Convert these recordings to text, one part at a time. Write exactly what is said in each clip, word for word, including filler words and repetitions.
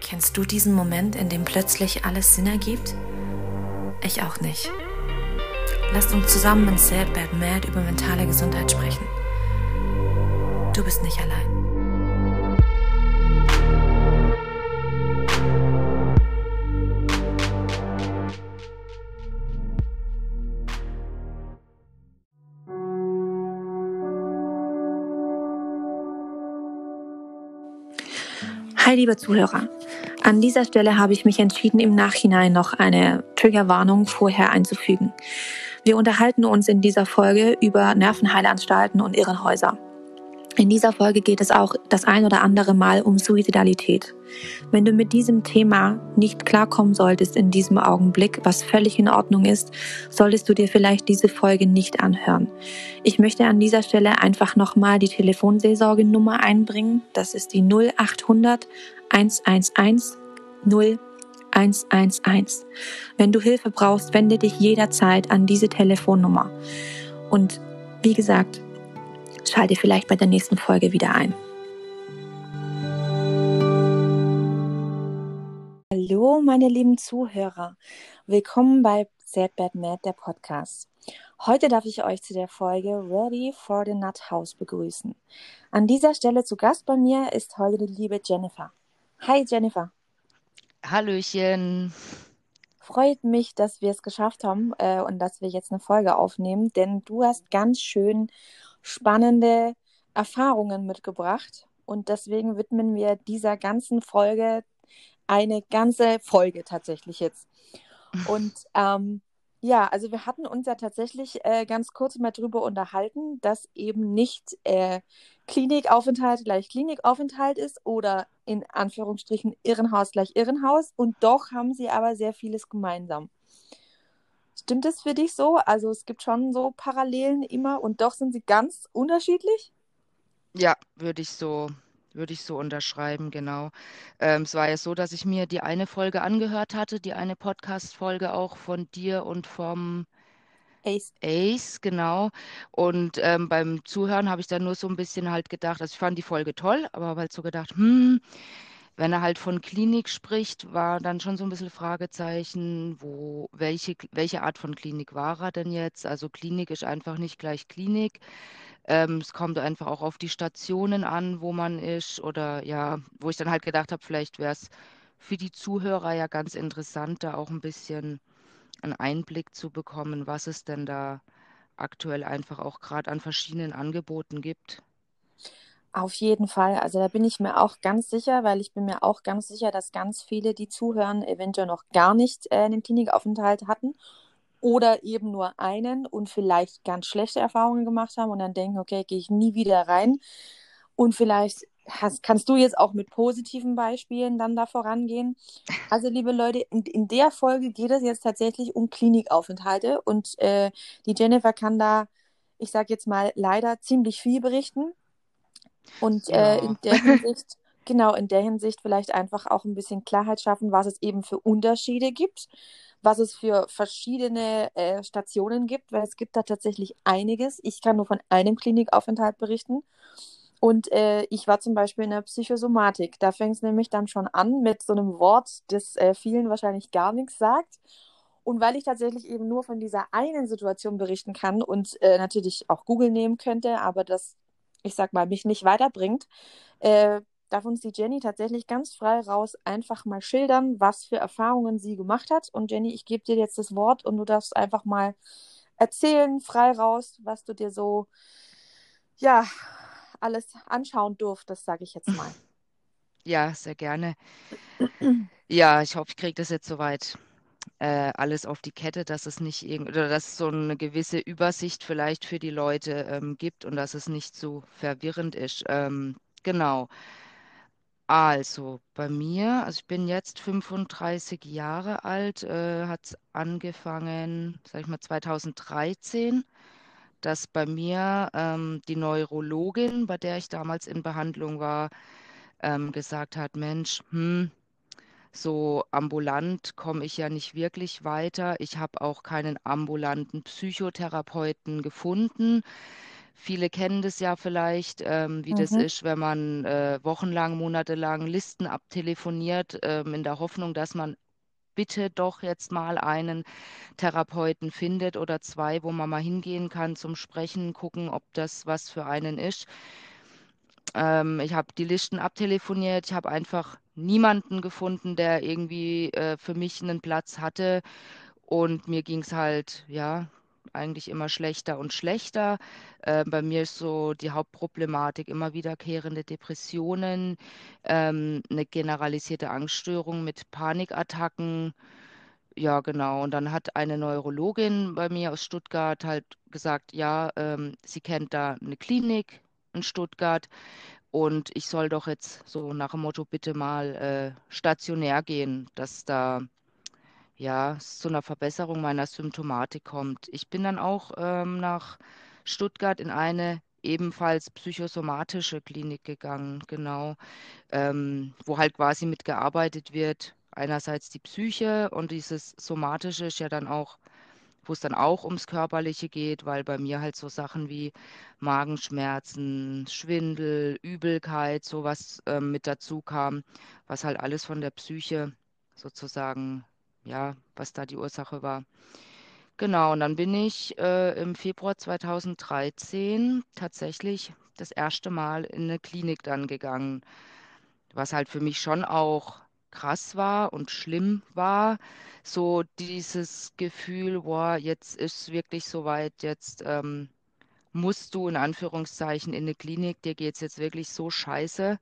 Kennst du diesen Moment, in dem plötzlich alles Sinn ergibt? Ich auch nicht. Lasst uns zusammen in Sad Bad Mad über mentale Gesundheit sprechen. Du bist nicht allein. Hi, liebe Zuhörer. An dieser Stelle habe ich mich entschieden, im Nachhinein noch eine Triggerwarnung vorher einzufügen. Wir unterhalten uns in dieser Folge über Nervenheilanstalten und Irrenhäuser. In dieser Folge geht es auch das ein oder andere Mal um Suizidalität. Wenn du mit diesem Thema nicht klarkommen solltest in diesem Augenblick, was völlig in Ordnung ist, solltest du dir vielleicht diese Folge nicht anhören. Ich möchte an dieser Stelle einfach nochmal die Telefonseelsorgenummer einbringen. Das ist die null achthundert eins eins eins null eins eins eins. Wenn du Hilfe brauchst, wende dich jederzeit an diese Telefonnummer. Und wie gesagt, schalte vielleicht bei der nächsten Folge wieder ein. Hallo, meine lieben Zuhörer. Willkommen bei Sad Bad Mad, der Podcast. Heute darf ich euch zu der Folge Ready for the Nut House begrüßen. An dieser Stelle zu Gast bei mir ist heute die liebe Jennifer. Hi Jennifer. Hallöchen. Freut mich, dass wir es geschafft haben äh, und dass wir jetzt eine Folge aufnehmen, denn du hast ganz schön spannende Erfahrungen mitgebracht und deswegen widmen wir dieser ganzen Folge eine ganze Folge tatsächlich jetzt. Und ähm, ja, also wir hatten uns ja tatsächlich äh, ganz kurz mal drüber unterhalten, dass eben nicht äh, Klinikaufenthalt gleich Klinikaufenthalt ist oder in Anführungsstrichen Irrenhaus gleich Irrenhaus und doch haben sie aber sehr vieles gemeinsam. Stimmt es für dich so? Also es gibt schon so Parallelen immer und doch sind sie ganz unterschiedlich? Ja, würde ich so, würde ich so unterschreiben, genau. Ähm, es war ja so, dass ich mir die eine Folge angehört hatte, die eine Podcast-Folge auch von dir und vom Ace. Ace, genau. Und ähm, beim Zuhören habe ich dann nur so ein bisschen halt gedacht, also ich fand die Folge toll, aber habe halt so gedacht, hm, wenn er halt von Klinik spricht, war dann schon so ein bisschen Fragezeichen, wo, welche, welche Art von Klinik war er denn jetzt? Also Klinik ist einfach nicht gleich Klinik. Ähm, es kommt einfach auch auf die Stationen an, wo man ist. Oder ja, wo ich dann halt gedacht habe, vielleicht wäre es für die Zuhörer ja ganz interessant, da auch ein bisschen einen Einblick zu bekommen, was es denn da aktuell einfach auch gerade an verschiedenen Angeboten gibt. Auf jeden Fall. Also da bin ich mir auch ganz sicher, weil ich bin mir auch ganz sicher, dass ganz viele, die zuhören, eventuell noch gar nicht äh, einen Klinikaufenthalt hatten oder eben nur einen und vielleicht ganz schlechte Erfahrungen gemacht haben und dann denken, okay, gehe ich nie wieder rein. Und vielleicht hast, kannst du jetzt auch mit positiven Beispielen dann da vorangehen. Also liebe Leute, in, in der Folge geht es jetzt tatsächlich um Klinikaufenthalte und äh, die Jennifer kann da, ich sage jetzt mal, leider ziemlich viel berichten. Und äh, Ja, in der Hinsicht, genau, in der Hinsicht vielleicht einfach auch ein bisschen Klarheit schaffen, was es eben für Unterschiede gibt, was es für verschiedene äh, Stationen gibt, weil es gibt da tatsächlich einiges. Ich kann nur von einem Klinikaufenthalt berichten. Und äh, ich war zum Beispiel in der Psychosomatik. Da fängt es nämlich dann schon an mit so einem Wort, das äh, vielen wahrscheinlich gar nichts sagt. Und weil ich tatsächlich eben nur von dieser einen Situation berichten kann und äh, natürlich auch Google nehmen könnte, aber das, ich sag mal, mich nicht weiterbringt, äh, darf uns die Jenny tatsächlich ganz frei raus einfach mal schildern, was für Erfahrungen sie gemacht hat. Und Jenny, ich gebe dir jetzt das Wort und du darfst einfach mal erzählen, frei raus, was du dir so, ja, alles anschauen durftest, sage ich jetzt mal. ja, sehr gerne. Ja, ich hoffe, ich kriege das jetzt soweit äh, alles auf die Kette, dass es nicht irgend oder dass es so eine gewisse Übersicht vielleicht für die Leute ähm, gibt und dass es nicht so verwirrend ist. Ähm, genau. Also bei mir, also ich bin jetzt fünfunddreißig Jahre alt, äh, hat es angefangen, sag ich mal, zweitausenddreizehn, dass bei mir ähm, die Neurologin, bei der ich damals in Behandlung war, ähm, gesagt hat, Mensch, hm, so ambulant komme ich ja nicht wirklich weiter. Ich habe auch keinen ambulanten Psychotherapeuten gefunden. Viele kennen das ja vielleicht, ähm, wie das Mhm. ist, wenn man äh, wochenlang, monatelang Listen abtelefoniert, ähm, in der Hoffnung, dass man bitte doch jetzt mal einen Therapeuten findet oder zwei, wo man mal hingehen kann zum Sprechen, gucken, ob das was für einen ist. Ähm, ich habe die Listen abtelefoniert. Ich habe einfach niemanden gefunden, der irgendwie äh, für mich einen Platz hatte. Und mir ging es halt, ja, eigentlich immer schlechter und schlechter. Äh, bei mir ist so die Hauptproblematik immer wiederkehrende Depressionen, ähm, eine generalisierte Angststörung mit Panikattacken. Ja, genau. Und dann hat eine Neurologin bei mir aus Stuttgart halt gesagt, ja, ähm, sie kennt da eine Klinik in Stuttgart und ich soll doch jetzt so nach dem Motto bitte mal äh, stationär gehen, dass da ja es zu einer Verbesserung meiner Symptomatik kommt. Ich bin dann auch ähm, nach Stuttgart in eine ebenfalls psychosomatische Klinik gegangen, genau, ähm, wo halt quasi mitgearbeitet wird. Einerseits die Psyche und dieses Somatische ist ja dann auch, wo es dann auch ums Körperliche geht, weil bei mir halt so Sachen wie Magenschmerzen, Schwindel, Übelkeit, sowas ähm, mit dazu kam, was halt alles von der Psyche sozusagen, ja, was da die Ursache war. Genau, und dann bin ich äh, im Februar zweitausenddreizehn tatsächlich das erste Mal in eine Klinik dann gegangen, was halt für mich schon auch krass war und schlimm war. So dieses Gefühl, boah, jetzt ist es wirklich soweit, jetzt ähm, musst du in Anführungszeichen in eine Klinik, dir geht's jetzt wirklich so scheiße,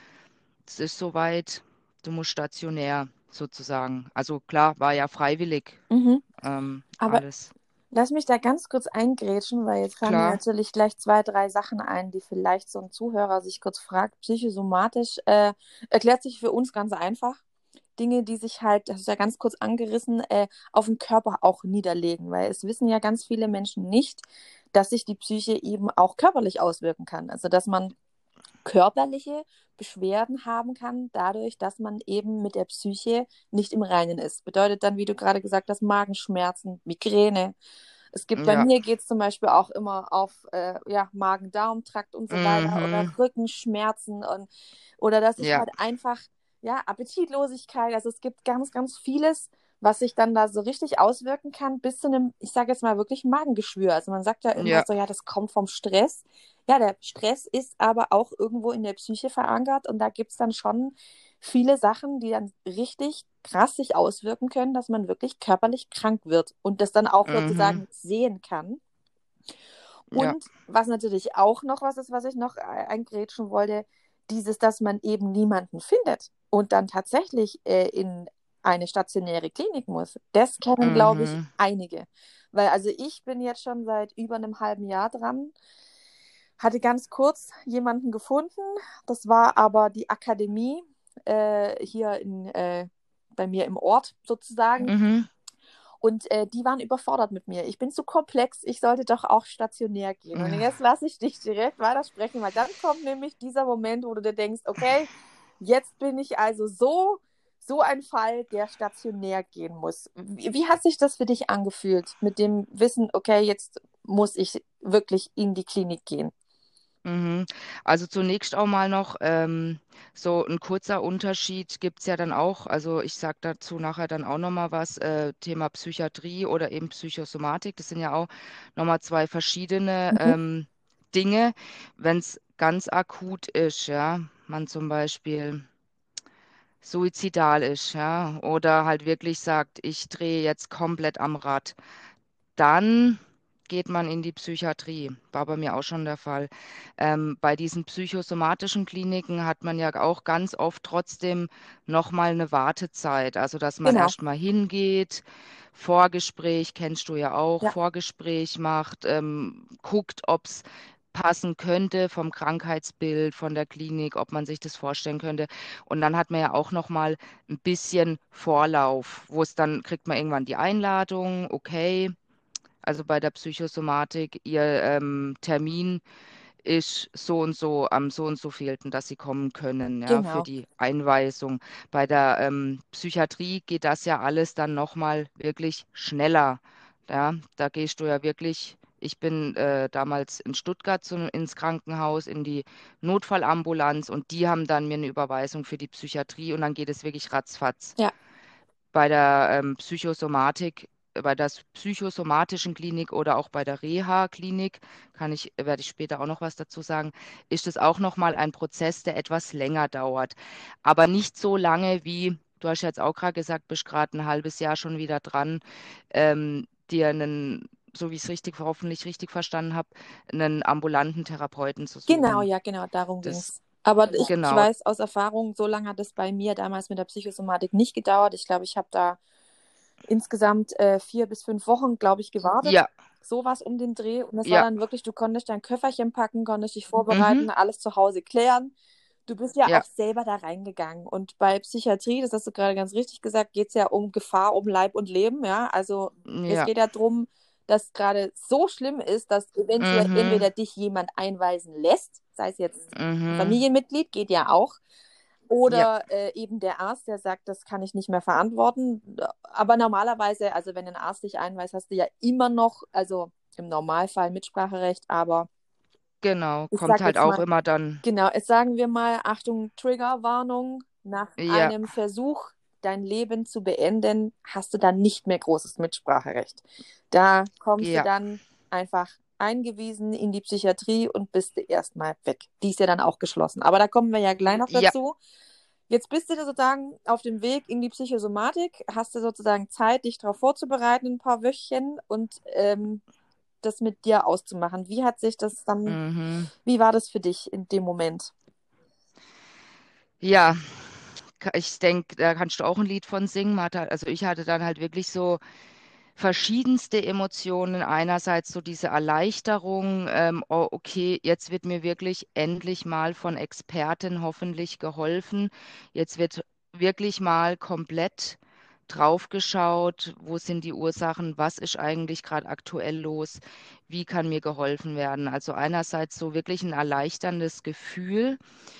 es ist soweit, du musst stationär sozusagen. Also klar, war ja freiwillig Mhm. ähm, Aber alles. lass mich da ganz kurz eingrätschen, weil jetzt fallen mir Klar, natürlich gleich zwei, drei Sachen ein, die vielleicht so ein Zuhörer sich kurz fragt. Psychosomatisch äh, erklärt sich für uns ganz einfach. Dinge, die sich halt, das ist ja ganz kurz angerissen, äh, auf den Körper auch niederlegen, weil es wissen ja ganz viele Menschen nicht, dass sich die Psyche eben auch körperlich auswirken kann. Also dass man körperliche Beschwerden haben kann, dadurch, dass man eben mit der Psyche nicht im Reinen ist. Bedeutet dann, wie du gerade gesagt hast, Magenschmerzen, Migräne. Es gibt bei ja. mir geht es zum Beispiel auch immer auf äh, ja, Magen-Darm-Trakt und so weiter oder Mhm. Rückenschmerzen und oder dass ich Ja. halt einfach ja Appetitlosigkeit. Also es gibt ganz, ganz vieles, was sich dann da so richtig auswirken kann, bis zu einem, ich sage jetzt mal wirklich Magengeschwür. Also man sagt ja immer Ja. so, ja, das kommt vom Stress. Ja, der Stress ist aber auch irgendwo in der Psyche verankert und da gibt es dann schon viele Sachen, die dann richtig krass sich auswirken können, dass man wirklich körperlich krank wird und das dann auch Mhm. sozusagen sehen kann. Ja. Und was natürlich auch noch was ist, was ich noch äh, eingrätschen wollte, dieses, dass man eben niemanden findet und dann tatsächlich äh, in eine stationäre Klinik muss. Das kennen, glaube ich, Mhm. einige. Weil also ich bin jetzt schon seit über einem halben Jahr dran, hatte ganz kurz jemanden gefunden. Das war aber die Akademie äh, hier in, äh, bei mir im Ort sozusagen. Mhm. Und äh, die waren überfordert mit mir. Ich bin zu komplex, ich sollte doch auch stationär gehen. Und Ja. jetzt lasse ich dich direkt weitersprechen, weil dann kommt nämlich dieser Moment, wo du dir denkst, okay, jetzt bin ich also so, so ein Fall, der stationär gehen muss. Wie, wie hat sich das für dich angefühlt, mit dem Wissen, okay, jetzt muss ich wirklich in die Klinik gehen? Mhm. Also zunächst auch mal noch ähm, so ein kurzer Unterschied gibt es ja dann auch. Also ich sage dazu nachher dann auch nochmal was, äh, Thema Psychiatrie oder eben Psychosomatik. Das sind ja auch nochmal zwei verschiedene Mhm. ähm, Dinge. Wenn es ganz akut ist, ja, man zum Beispiel suizidal ist, ja, oder halt wirklich sagt, ich drehe jetzt komplett am Rad, dann geht man in die Psychiatrie. War bei mir auch schon der Fall. Ähm, bei diesen psychosomatischen Kliniken hat man ja auch ganz oft trotzdem nochmal eine Wartezeit. Also, dass man Genau, erst mal hingeht, Vorgespräch, kennst du ja auch, ja, Vorgespräch macht, ähm, guckt, ob es passen könnte vom Krankheitsbild, von der Klinik, ob man sich das vorstellen könnte. Und dann hat man ja auch noch mal ein bisschen Vorlauf, wo es dann kriegt man irgendwann die Einladung, okay, also bei der Psychosomatik, ihr ähm, Termin ist so und so, am so und so vielten, dass sie kommen können, ja, für genau. die Einweisung. Bei der ähm, Psychiatrie geht das ja alles dann nochmal wirklich schneller. Ja, da gehst du ja wirklich ich bin äh, damals in Stuttgart zum, ins Krankenhaus, in die Notfallambulanz und die haben dann mir eine Überweisung für die Psychiatrie und dann geht es wirklich ratzfatz. Ja, Bei der ähm, Psychosomatik, äh, bei der s- psychosomatischen Klinik oder auch bei der Reha-Klinik, kann ich, werde ich später auch noch was dazu sagen, ist es auch nochmal ein Prozess, der etwas länger dauert. Aber nicht so lange wie, du hast ja jetzt auch gerade gesagt, bist gerade ein halbes Jahr schon wieder dran, ähm, dir einen, so wie ich es richtig, hoffentlich richtig verstanden habe, einen ambulanten Therapeuten zu genau, suchen. ja, genau, darum Das, ging's. Aber ich, ich genau, weiß aus Erfahrung, so lange hat es bei mir damals mit der Psychosomatik nicht gedauert. Ich glaube, ich habe da insgesamt äh, vier bis fünf Wochen, glaube ich, gewartet. ja, Sowas um den Dreh. Und es war ja, dann wirklich, du konntest dein Köfferchen packen, konntest dich mhm, vorbereiten, alles zu Hause klären. Du bist ja auch ja, selber da reingegangen. Und bei Psychiatrie, das hast du gerade ganz richtig gesagt, geht es ja um Gefahr, um Leib und Leben. Ja, also es ja, geht ja darum, dass gerade so schlimm ist, dass eventuell mhm, entweder dich jemand einweisen lässt, sei es jetzt ein mhm. Familienmitglied, geht ja auch, Ja, oder äh, eben der Arzt, der sagt, das kann ich nicht mehr verantworten. Aber normalerweise, also wenn ein Arzt dich einweist, hast du ja immer noch, also im Normalfall Mitspracherecht, aber genau. ich Kommt sag halt jetzt auch mal, immer dann. genau, jetzt sagen wir mal, Achtung, Triggerwarnung, nach Ja, einem Versuch, dein Leben zu beenden, hast du dann nicht mehr großes Mitspracherecht. Da kommst du ja, dann einfach eingewiesen in die Psychiatrie und bist du erstmal weg. Die ist ja dann auch geschlossen. Aber da kommen wir ja gleich noch ja, dazu. Jetzt bist du sozusagen auf dem Weg in die Psychosomatik, hast du sozusagen Zeit, dich darauf vorzubereiten, ein paar Wöchchen und ähm, das mit dir auszumachen. Wie hat sich das dann, mhm. wie war das für dich in dem Moment? Ja, ka- ich denke, da kannst du auch ein Lied von singen. Man hat halt- Also ich hatte dann halt wirklich so verschiedenste Emotionen. Einerseits so diese Erleichterung, ähm, oh, okay, jetzt wird mir wirklich endlich mal von Experten hoffentlich geholfen. Jetzt wird wirklich mal komplett draufgeschaut, wo sind die Ursachen, was ist eigentlich gerade aktuell los, wie kann mir geholfen werden. Also einerseits so wirklich ein erleichterndes Gefühl.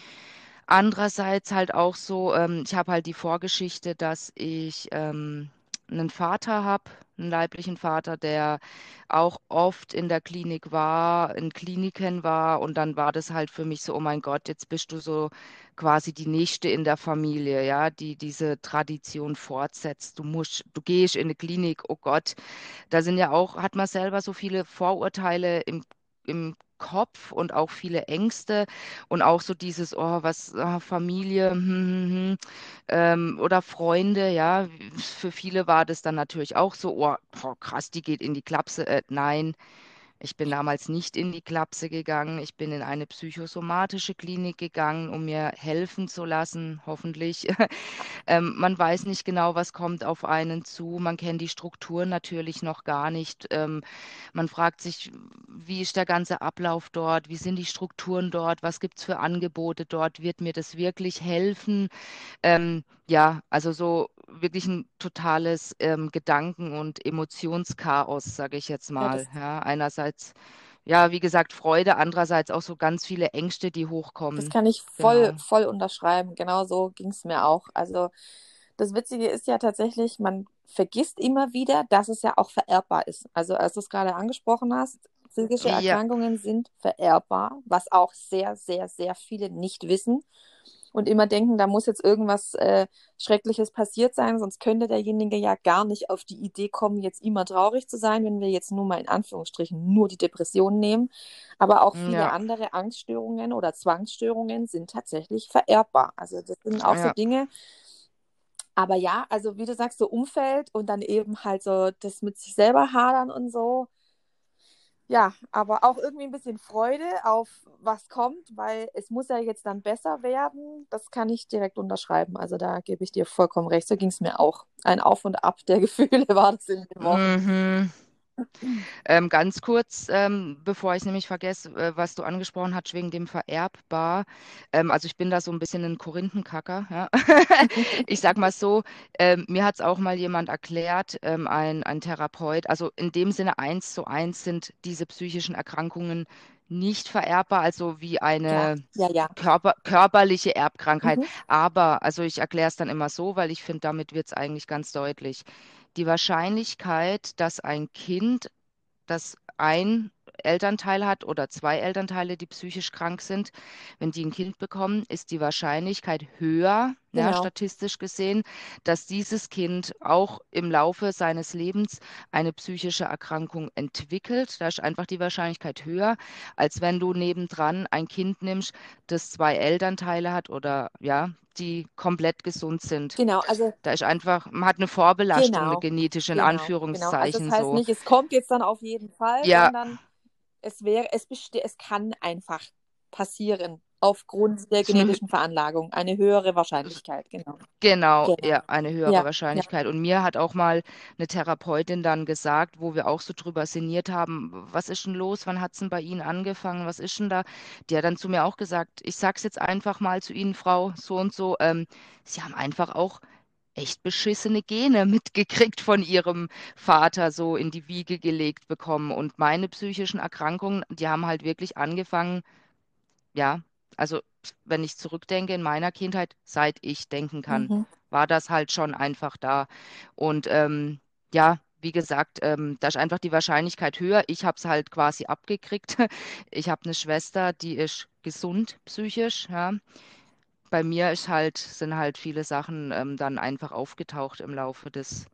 Andererseits halt auch so, ähm, ich habe halt die Vorgeschichte, dass ich ähm, einen Vater habe, einen leiblichen Vater, der auch oft in der Klinik war, in Kliniken war und dann war das halt für mich so, oh mein Gott, jetzt bist du so quasi die Nächste in der Familie, ja, die diese Tradition fortsetzt. Du musst, du gehst in eine Klinik, oh Gott, da sind ja auch, hat man selber so viele Vorurteile im, im Kopf und auch viele Ängste und auch so dieses, oh, was, ah, Familie, hm, hm, hm, ähm, oder Freunde, ja. Für viele war das dann natürlich auch so, oh, boah, krass, die geht in die Klapse. Äh, nein, ich bin damals nicht in die Klapse gegangen. Ich bin in eine psychosomatische Klinik gegangen, um mir helfen zu lassen, hoffentlich. Ähm, man weiß nicht genau, was kommt auf einen zu. Man kennt die Strukturen natürlich noch gar nicht. Ähm, man fragt sich, wie ist der ganze Ablauf dort? Wie sind die Strukturen dort? Was gibt es für Angebote dort? Wird mir das wirklich helfen? Ähm, ja, also so wirklich ein totales ähm, Gedanken- und Emotionschaos, sage ich jetzt Ja, das, mal. Ja, einerseits, ja, wie gesagt, Freude, andererseits auch so ganz viele Ängste, die das hochkommen. kann ich voll, Genau. voll unterschreiben. Genau so ging es mir auch. Also das Witzige ist ja tatsächlich, man vergisst immer wieder, dass es ja auch vererbbar ist. Also als du es gerade angesprochen hast, psychische Ja, Erkrankungen sind vererbbar, was auch sehr, sehr, sehr viele nicht wissen und immer denken, da muss jetzt irgendwas äh, Schreckliches passiert sein, sonst könnte derjenige ja gar nicht auf die Idee kommen, jetzt immer traurig zu sein, wenn wir jetzt nur mal in Anführungsstrichen nur die Depression nehmen. Aber auch viele ja, andere Angststörungen oder Zwangsstörungen sind tatsächlich vererbbar. Also das sind auch so ja. Dinge, aber ja, also wie du sagst, so Umfeld und dann eben halt so das mit sich selber hadern und so. Ja, aber auch irgendwie ein bisschen Freude auf was kommt, weil es muss ja jetzt dann besser werden. Das kann ich direkt unterschreiben. Also da gebe ich dir vollkommen recht. So ging es mir auch. Ein Auf und Ab der Gefühle war das in den Wochen. Mhm. Ähm, ganz kurz, ähm, bevor ich es nämlich vergesse, äh, was du angesprochen hast wegen dem vererbbar. Ähm, also ich bin da so ein bisschen ein Korinthenkacker. Ja? Ich sag mal so, ähm, mir hat es auch mal jemand erklärt, ähm, ein, ein Therapeut. Also in dem Sinne eins zu eins sind diese psychischen Erkrankungen nicht vererbbar, also wie Ja, eine ja, ja. Körper, körperliche Erbkrankheit. Mhm. Aber, also ich erkläre es dann immer so, weil ich finde, damit wird es eigentlich ganz deutlich. Die Wahrscheinlichkeit, dass ein Kind dass ein Elternteil hat oder zwei Elternteile, die psychisch krank sind, wenn die ein Kind bekommen, ist die Wahrscheinlichkeit höher, ja, Genau, statistisch gesehen, dass dieses Kind auch im Laufe seines Lebens eine psychische Erkrankung entwickelt. Da ist einfach die Wahrscheinlichkeit höher, als wenn du nebendran ein Kind nimmst, das zwei Elternteile hat oder ja, die komplett gesund sind. genau, also Da ist einfach, man hat eine Vorbelastung, eine genau, genetische in genau, genau. Also das Anführungszeichen heißt so. nicht, es kommt jetzt dann auf jeden Fall, Ja, sondern es wäre, es beste, es kann einfach passieren aufgrund der ist eine, hö- genetischen Veranlagung. Eine höhere Wahrscheinlichkeit, genau. genau, Genau. ja, eine höhere Ja, ja. Wahrscheinlichkeit. Und mir hat auch mal eine Therapeutin dann gesagt, wo wir auch so drüber sinniert haben, was ist denn los? Wann hat es denn bei Ihnen angefangen? Was ist denn da? Die hat dann zu mir auch gesagt, ich sag's jetzt einfach mal zu Ihnen, Frau, so und so, ähm, Sie haben einfach auch echt beschissene Gene mitgekriegt von ihrem Vater, so in die Wiege gelegt bekommen. Und meine psychischen Erkrankungen, die haben halt wirklich angefangen, ja, also wenn ich zurückdenke in meiner Kindheit, seit ich denken kann, Mhm. war das halt schon einfach da. Und ähm, ja, wie gesagt, ähm, da ist einfach die Wahrscheinlichkeit höher. Ich habe es halt quasi abgekriegt. Ich habe eine Schwester, die ist gesund psychisch, ja. Bei mir ist halt, sind halt viele Sachen ähm, dann einfach aufgetaucht im Laufe des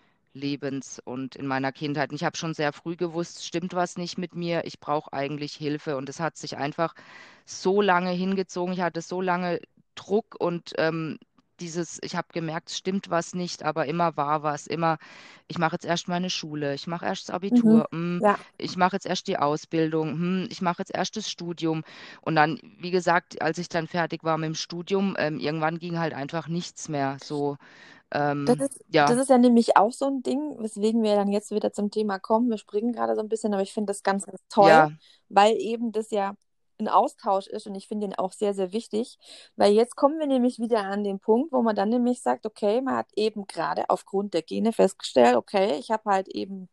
Lebens und in meiner Kindheit. Und ich habe schon sehr früh gewusst, stimmt was nicht mit mir, ich brauche eigentlich Hilfe. Und es hat sich einfach so lange hingezogen. Ich hatte so lange Druck und ähm, dieses, ich habe gemerkt, es stimmt was nicht, aber immer war was. Immer, ich mache jetzt erst meine Schule, ich mache erst das Mhm. Abitur, hm, Ja, ich mache jetzt erst die Ausbildung, hm, ich mache jetzt erst das Studium. Und dann, wie gesagt, als ich dann fertig war mit dem Studium, ähm, irgendwann ging halt einfach nichts mehr. So, das ähm, ist, das ja, ist ja nämlich auch so ein Ding, weswegen wir dann jetzt wieder zum Thema kommen. Wir springen gerade so ein bisschen, aber ich finde das ganz, ganz toll, ja. weil eben das ja ein Austausch ist und ich finde den auch sehr, sehr wichtig, weil jetzt kommen wir nämlich wieder an den Punkt, wo man dann nämlich sagt, okay, man hat eben gerade aufgrund der Gene festgestellt, okay, ich habe halt eben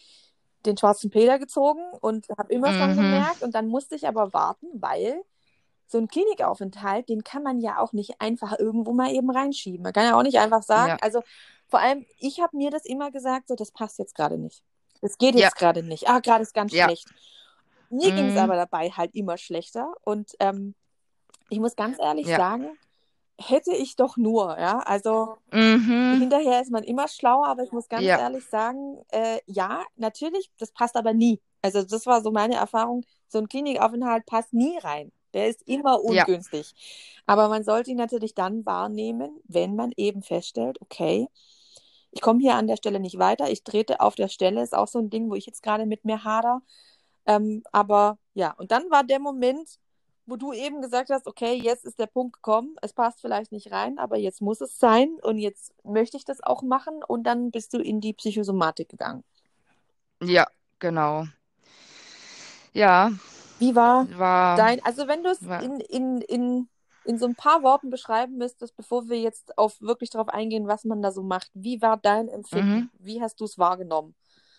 den schwarzen Peter gezogen und habe immer schon Mhm. gemerkt und dann musste ich aber warten, weil so ein Klinikaufenthalt, den kann man ja auch nicht einfach irgendwo mal eben reinschieben. Man kann ja auch nicht einfach sagen, Ja, also vor allem, ich habe mir das immer gesagt, so, das passt jetzt gerade nicht. Das geht ja, jetzt gerade nicht. Ah, gerade ist ganz ja. schlecht. Mir ging es Mhm. aber dabei halt immer schlechter und ähm, ich muss ganz ehrlich Ja. sagen, hätte ich doch nur, ja, also Mhm. hinterher ist man immer schlauer, aber ich muss ganz Ja, ehrlich sagen, äh, ja, natürlich, das passt aber nie. Also das war so meine Erfahrung, so ein Klinikaufenthalt passt nie rein. Der ist immer ja, ungünstig. Aber man sollte ihn natürlich dann wahrnehmen, wenn man eben feststellt, okay, ich komme hier an der Stelle nicht weiter, ich trete auf der Stelle, ist auch so ein Ding, wo ich jetzt gerade mit mir hader. Ähm, aber ja, und dann war der Moment, wo du eben gesagt hast, okay, jetzt ist der Punkt gekommen, es passt vielleicht nicht rein, aber jetzt muss es sein und jetzt möchte ich das auch machen und dann bist du in die Psychosomatik gegangen. ja, genau. Ja, Wie war war, dein, also wenn du es war, in, in, in, in so ein paar Worten beschreiben müsstest, bevor wir jetzt auf wirklich darauf eingehen, was man da so macht, wie war dein mhm. Empfinden? Wie hast du es wahrgenommen?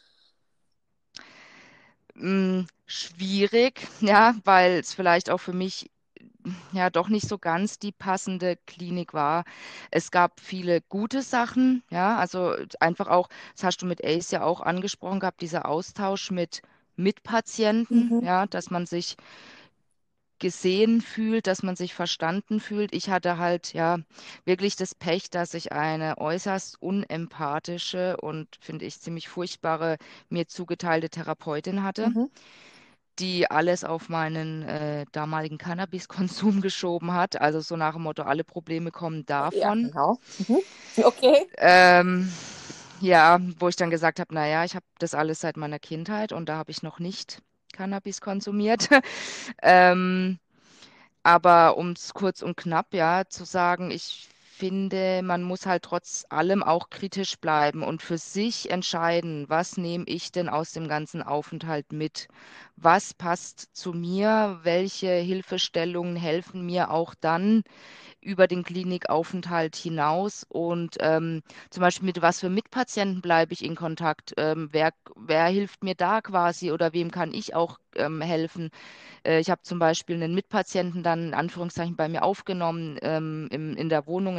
Mm, schwierig, ja, weil es vielleicht auch für mich ja doch nicht so ganz die passende Klinik war. Es gab viele gute Sachen, ja, also einfach auch, das hast du mit Ace ja auch angesprochen gehabt, dieser Austausch mit Mitpatienten, Mhm, ja, dass man sich gesehen fühlt, dass man sich verstanden fühlt. Ich hatte halt ja wirklich das Pech, dass ich eine äußerst unempathische und finde ich ziemlich furchtbare mir zugeteilte Therapeutin hatte, mhm. die alles auf meinen äh, damaligen Cannabiskonsum geschoben hat. Also so nach dem Motto, alle Probleme kommen Ja, davon. genau. Mhm. Okay. Ähm, ja, wo ich dann gesagt habe, naja, ich habe das alles seit meiner Kindheit und da habe ich noch nicht Cannabis konsumiert. ähm, Aber um es kurz und knapp, ja, zu sagen, ich finde, man muss halt trotz allem auch kritisch bleiben und für sich entscheiden, was nehme ich denn aus dem ganzen Aufenthalt mit? Was passt zu mir? Welche Hilfestellungen helfen mir auch dann über den Klinikaufenthalt hinaus? Und ähm, zum Beispiel mit was für Mitpatienten bleibe ich in Kontakt? Ähm, wer, wer hilft mir da quasi oder wem kann ich auch ähm, helfen? Äh, Ich habe zum Beispiel einen Mitpatienten dann in Anführungszeichen bei mir aufgenommen, ähm, im, in der Wohnung, in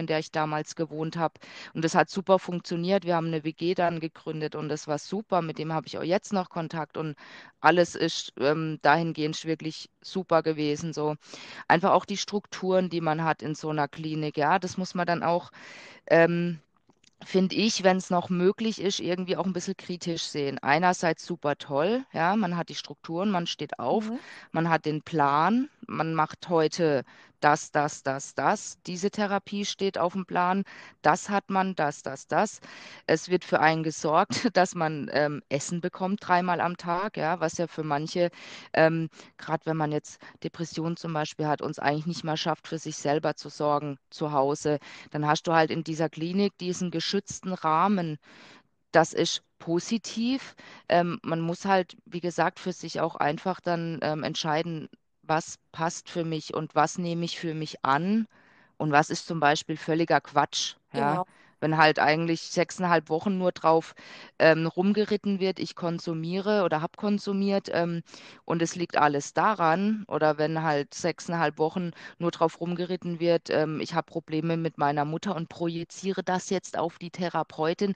der ich damals gewohnt habe. Und das hat super funktioniert. Wir haben eine W G dann gegründet und das war super. Mit dem habe ich auch jetzt noch Kontakt und alles ist ähm, dahingehend wirklich super gewesen. So einfach auch die Strukturen, die man hat in so einer Klinik. Ja, das muss man dann auch ähm, finde ich, wenn es noch möglich ist, irgendwie auch ein bisschen kritisch sehen. Einerseits super toll, ja, man hat die Strukturen, man steht auf, Mhm. man hat den Plan, man macht heute das, das, das, das. Diese Therapie steht auf dem Plan, das hat man, das, das, das. Es wird für einen gesorgt, dass man ähm, Essen bekommt dreimal am Tag, ja, was ja für manche, ähm, gerade wenn man jetzt Depressionen zum Beispiel hat, uns eigentlich nicht mal schafft, für sich selber zu sorgen zu Hause. Dann hast du halt in dieser Klinik diesen geschützten Rahmen. Das ist positiv. Ähm, man muss halt, wie gesagt, für sich auch einfach dann ähm, entscheiden, was passt für mich und was nehme ich für mich an und was ist zum Beispiel völliger Quatsch. Ja? Genau, Wenn halt eigentlich sechseinhalb Wochen nur drauf ähm, rumgeritten wird, ich konsumiere oder habe konsumiert ähm, und es liegt alles daran, oder wenn halt sechseinhalb Wochen nur drauf rumgeritten wird, ähm, ich habe Probleme mit meiner Mutter und projiziere das jetzt auf die Therapeutin,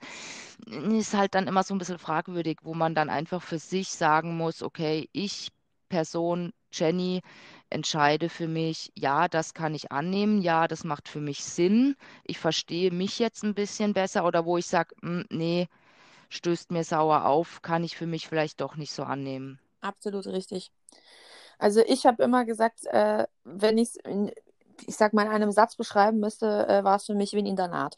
ist halt dann immer so ein bisschen fragwürdig, wo man dann einfach für sich sagen muss, okay, ich, Person Jenny, entscheide für mich, ja, das kann ich annehmen, ja, das macht für mich Sinn, ich verstehe mich jetzt ein bisschen besser, oder wo ich sage, nee, stößt mir sauer auf, kann ich für mich vielleicht doch nicht so annehmen. absolut richtig. Also ich habe immer gesagt, äh, wenn ich es, ich sag mal, in einem Satz beschreiben müsste, äh, war es für mich wie ein Internat.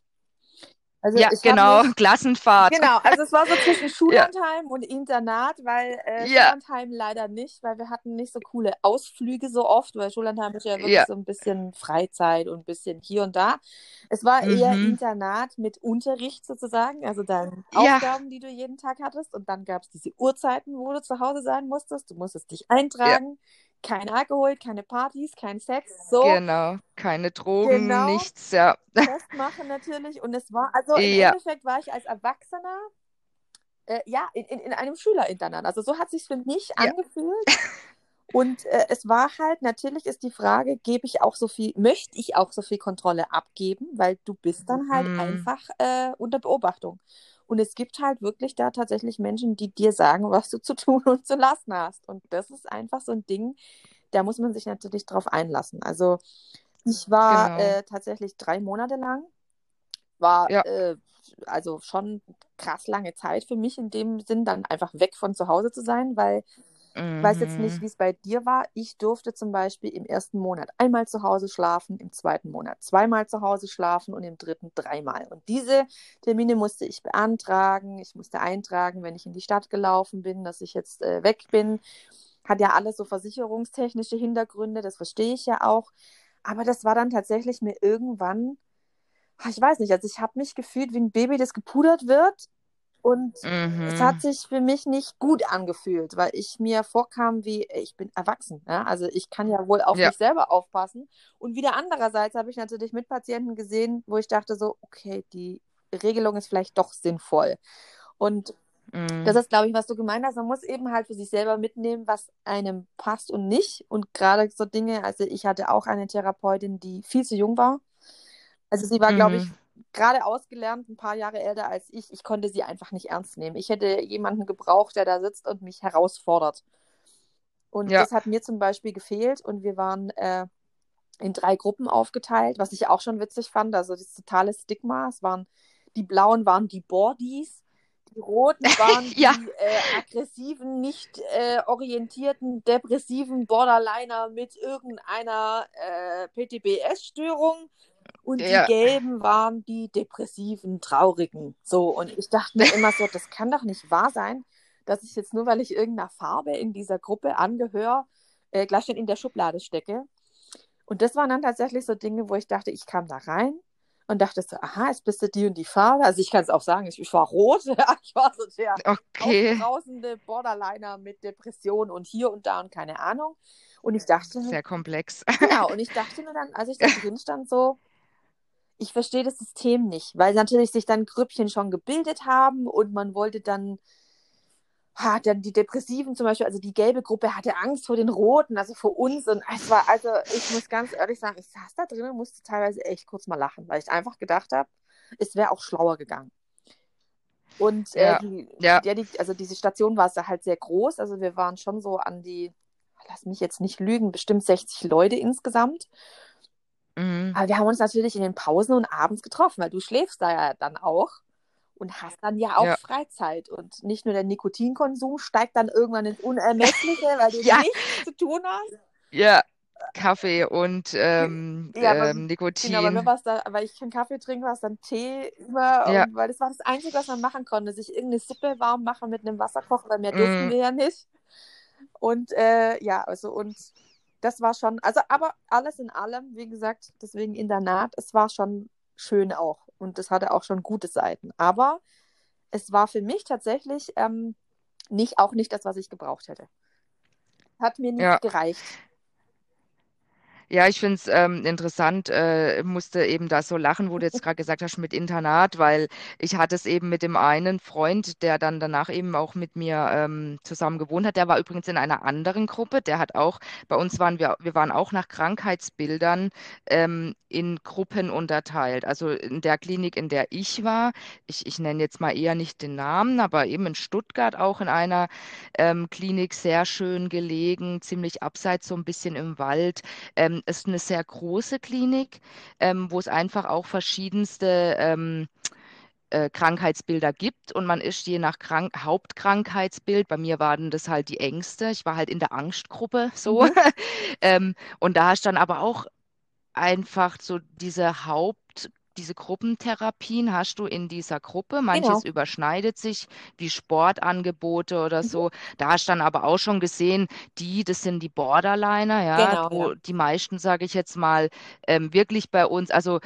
Also Ja, ich habe genau, mich, Klassenfahrt. genau, also es war so zwischen Ja, Schullandheim und Internat, weil äh, ja, Schullandheim leider nicht, weil wir hatten nicht so coole Ausflüge so oft, weil Schullandheim ist ja wirklich ja, so ein bisschen Freizeit und ein bisschen hier und da. Es war eher mhm, Internat mit Unterricht sozusagen, also dann ja, Aufgaben, die du jeden Tag hattest, und dann gab es diese Uhrzeiten, wo du zu Hause sein musstest. Du musstest dich ja. eintragen, kein Alkohol, keine Partys, kein Sex, so Genau, keine Drogen, genau. nichts, ja. Festmachen natürlich. Und es war, also im Ja, Endeffekt war ich als Erwachsener, äh, ja, in, in, in einem Schülerinternat. Also so hat sich für mich ja, angefühlt. Und äh, es war halt, natürlich ist die Frage, gebe ich auch so viel, möchte ich auch so viel Kontrolle abgeben, weil du bist dann halt mm, einfach äh, unter Beobachtung. Und es gibt halt wirklich da tatsächlich Menschen, die dir sagen, was du zu tun und zu lassen hast. Und das ist einfach so ein Ding, da muss man sich natürlich drauf einlassen. Also ich war genau. äh, tatsächlich drei Monate lang, war Ja, äh, also schon krass lange Zeit für mich in dem Sinn, dann einfach weg von zu Hause zu sein, weil ich weiß jetzt nicht, mhm, wie es bei dir war. Ich durfte zum Beispiel im ersten Monat einmal zu Hause schlafen, im zweiten Monat zweimal zu Hause schlafen und im dritten dreimal. Und diese Termine musste ich beantragen. Ich musste eintragen, wenn ich in die Stadt gelaufen bin, dass ich jetzt äh, weg bin. Hat ja alles so versicherungstechnische Hintergründe, das verstehe ich ja auch. Aber das war dann tatsächlich mir irgendwann, ach, ich weiß nicht, also ich habe mich gefühlt wie ein Baby, das gepudert wird. Und es hat mhm, sich für mich nicht gut angefühlt, weil ich mir vorkam wie, ey, ich bin erwachsen. Ja? Also ich kann ja wohl auf ja, mich selber aufpassen. Und wieder andererseits habe ich natürlich Mitpatienten gesehen, wo ich dachte so, okay, die Regelung ist vielleicht doch sinnvoll. Und das mm, ist, glaube ich, was du gemeint hast. Man muss eben halt für sich selber mitnehmen, was einem passt und nicht. Und gerade so Dinge, also ich hatte auch eine Therapeutin, die viel zu jung war. Also sie war, glaube ich, mhm, gerade ausgelernt, ein paar Jahre älter als ich. Ich konnte sie einfach nicht ernst nehmen. Ich hätte jemanden gebraucht, der da sitzt und mich herausfordert. Und ja, das hat mir zum Beispiel gefehlt. Und wir waren äh, in drei Gruppen aufgeteilt, was ich auch schon witzig fand. Also das totale Stigma. Es waren, die Blauen waren die Bordies, die Roten waren ja, die äh, aggressiven, nicht äh, orientierten, depressiven Borderliner mit irgendeiner äh, P T B S-Störung. Und die ja, Gelben waren die depressiven, traurigen. So, und ich dachte mir immer so, das kann doch nicht wahr sein, dass ich jetzt nur, weil ich irgendeiner Farbe in dieser Gruppe angehöre, äh, gleich schon in der Schublade stecke. Und das waren dann tatsächlich so Dinge, wo ich dachte, ich kam da rein und dachte so, aha, jetzt bist du die und die Farbe. Also ich kann es auch sagen, ich, ich war rot. Ich war so der okay, aufbrausende Borderliner mit Depression und hier und da und keine Ahnung. Und ich dachte, sehr komplex. genau, und ich dachte mir dann, als ich da drin stand, so, ich verstehe das System nicht, weil natürlich sich dann Grüppchen schon gebildet haben und man wollte dann, ha, dann die Depressiven zum Beispiel, also die gelbe Gruppe hatte Angst vor den Roten, also vor uns. Und es war, also ich muss ganz ehrlich sagen, ich saß da drin und musste teilweise echt kurz mal lachen, weil ich einfach gedacht habe, es wäre auch schlauer gegangen. Und äh, Ja, die, ja, der, die, also diese Station war halt sehr groß, also wir waren schon so an die, lass mich jetzt nicht lügen, bestimmt sechzig Leute insgesamt. mhm, Aber wir haben uns natürlich in den Pausen und abends getroffen, weil du schläfst da ja dann auch und hast dann ja auch ja, Freizeit. Und nicht nur der Nikotinkonsum steigt dann irgendwann ins Unermessliche, weil du ja, nichts zu tun hast. ja, Kaffee und ähm, Ja, aber ähm, genau, bei mir Nikotin. war es da, weil ich keinen Kaffee trinke, war es dann Tee immer. Ja, Und weil das war das Einzige, was man machen konnte, sich irgendeine Suppe warm machen mit einem Wasserkocher, weil mehr durften mm, wir ja nicht. Und äh, ja, also und das war schon, also aber alles in allem, wie gesagt, deswegen Internat, es war schon schön auch und es hatte auch schon gute Seiten. Aber es war für mich tatsächlich ähm, nicht, auch nicht das, was ich gebraucht hätte. Hat mir ja. nicht gereicht. Ja, ich finde es ähm, interessant, äh, musste eben da so lachen, wo du jetzt gerade gesagt hast mit Internat, weil ich hatte es eben mit dem einen Freund, der dann danach eben auch mit mir ähm, zusammen gewohnt hat. Der war übrigens in einer anderen Gruppe. Der hat auch, bei uns waren wir, wir waren auch nach Krankheitsbildern ähm, in Gruppen unterteilt. Also in der Klinik, in der ich war, ich, ich nenne jetzt mal eher nicht den Namen, aber eben in Stuttgart auch in einer ähm, Klinik sehr schön gelegen, ziemlich abseits so ein bisschen im Wald. Ähm, ist eine sehr große Klinik, ähm, wo es einfach auch verschiedenste ähm, äh, Krankheitsbilder gibt und man ist je nach Krank Hauptkrankheitsbild, bei mir waren das halt die Ängste, ich war halt in der Angstgruppe so. Mhm, ähm, und da hast dann aber auch einfach so diese Haupt, diese Gruppentherapien hast du in dieser Gruppe. Manches genau. überschneidet sich, wie Sportangebote oder Mhm, so. Da hast du dann aber auch schon gesehen, die, das sind die Borderliner, ja, genau, ja. wo die meisten, sage ich jetzt mal, ähm, wirklich bei uns, also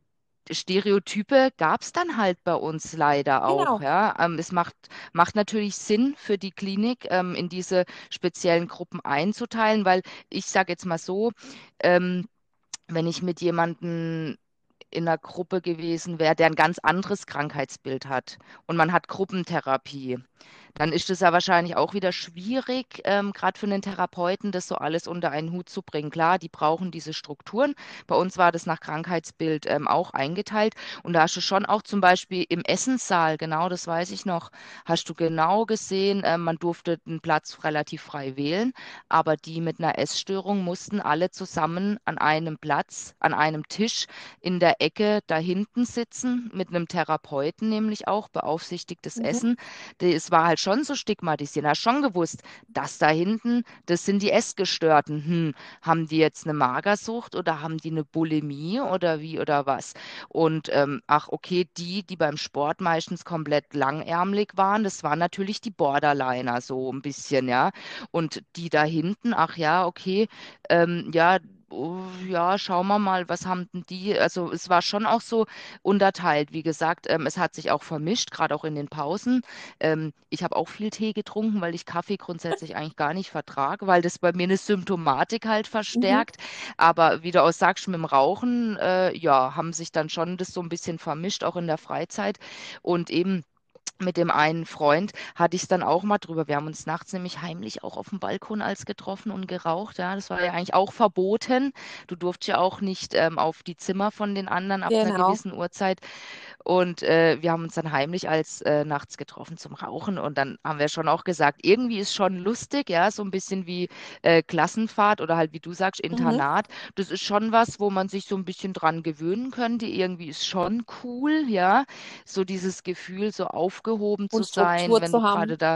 Stereotype gab es dann halt bei uns leider auch, Genau. ja. Ähm, es macht, macht natürlich Sinn für die Klinik, ähm, in diese speziellen Gruppen einzuteilen, weil ich sage jetzt mal so, ähm, wenn ich mit jemandem in einer Gruppe gewesen wäre, der ein ganz anderes Krankheitsbild hat und man hat Gruppentherapie, dann ist es ja wahrscheinlich auch wieder schwierig, ähm, gerade für einen Therapeuten, das so alles unter einen Hut zu bringen. Klar, die brauchen diese Strukturen. Bei uns war das nach Krankheitsbild ähm, auch eingeteilt. Und da hast du schon auch zum Beispiel im Essenssaal, genau das weiß ich noch, hast du genau gesehen, äh, man durfte den Platz relativ frei wählen, aber die mit einer Essstörung mussten alle zusammen an einem Platz, an einem Tisch in der Ecke da hinten sitzen, mit einem Therapeuten nämlich auch, beaufsichtigtes Mhm, Essen. Die- Es war halt schon so stigmatisiert. Hast schon gewusst, das da hinten, das sind die Essgestörten. Hm, haben die jetzt eine Magersucht oder haben die eine Bulimie oder wie oder was? Und ähm, ach, okay, die, die beim Sport meistens komplett langärmlich waren, das waren natürlich die Borderliner so ein bisschen, ja. Und die da hinten, ach ja, okay, ähm, ja, oh, ja, schauen wir mal, was haben denn die? Also es war schon auch so unterteilt. Wie gesagt, ähm, es hat sich auch vermischt, gerade auch in den Pausen. Ähm, ich habe auch viel Tee getrunken, weil ich Kaffee grundsätzlich eigentlich gar nicht vertrage, weil das bei mir eine Symptomatik halt mhm, verstärkt. Aber wie du auch sagst, mit dem Rauchen, äh, ja, haben sich dann schon das so ein bisschen vermischt, auch in der Freizeit. Und eben mit dem einen Freund hatte ich es dann auch mal drüber. Wir haben uns nachts nämlich heimlich auch auf dem Balkon als getroffen und geraucht. Ja, das war ja eigentlich auch verboten. Du durfst ja auch nicht ähm, auf die Zimmer von den anderen ab einer genau. gewissen Uhrzeit. Und äh, wir haben uns dann heimlich als äh, nachts getroffen zum Rauchen. Und dann haben wir schon auch gesagt, irgendwie ist schon lustig, ja, so ein bisschen wie äh, Klassenfahrt oder halt, wie du sagst, Mhm. Internat. Das ist schon was, wo man sich so ein bisschen dran gewöhnen könnte. Irgendwie ist schon cool, ja, so dieses Gefühl, so aufgehoben zu Und sein, Struktur wenn du zu haben. gerade da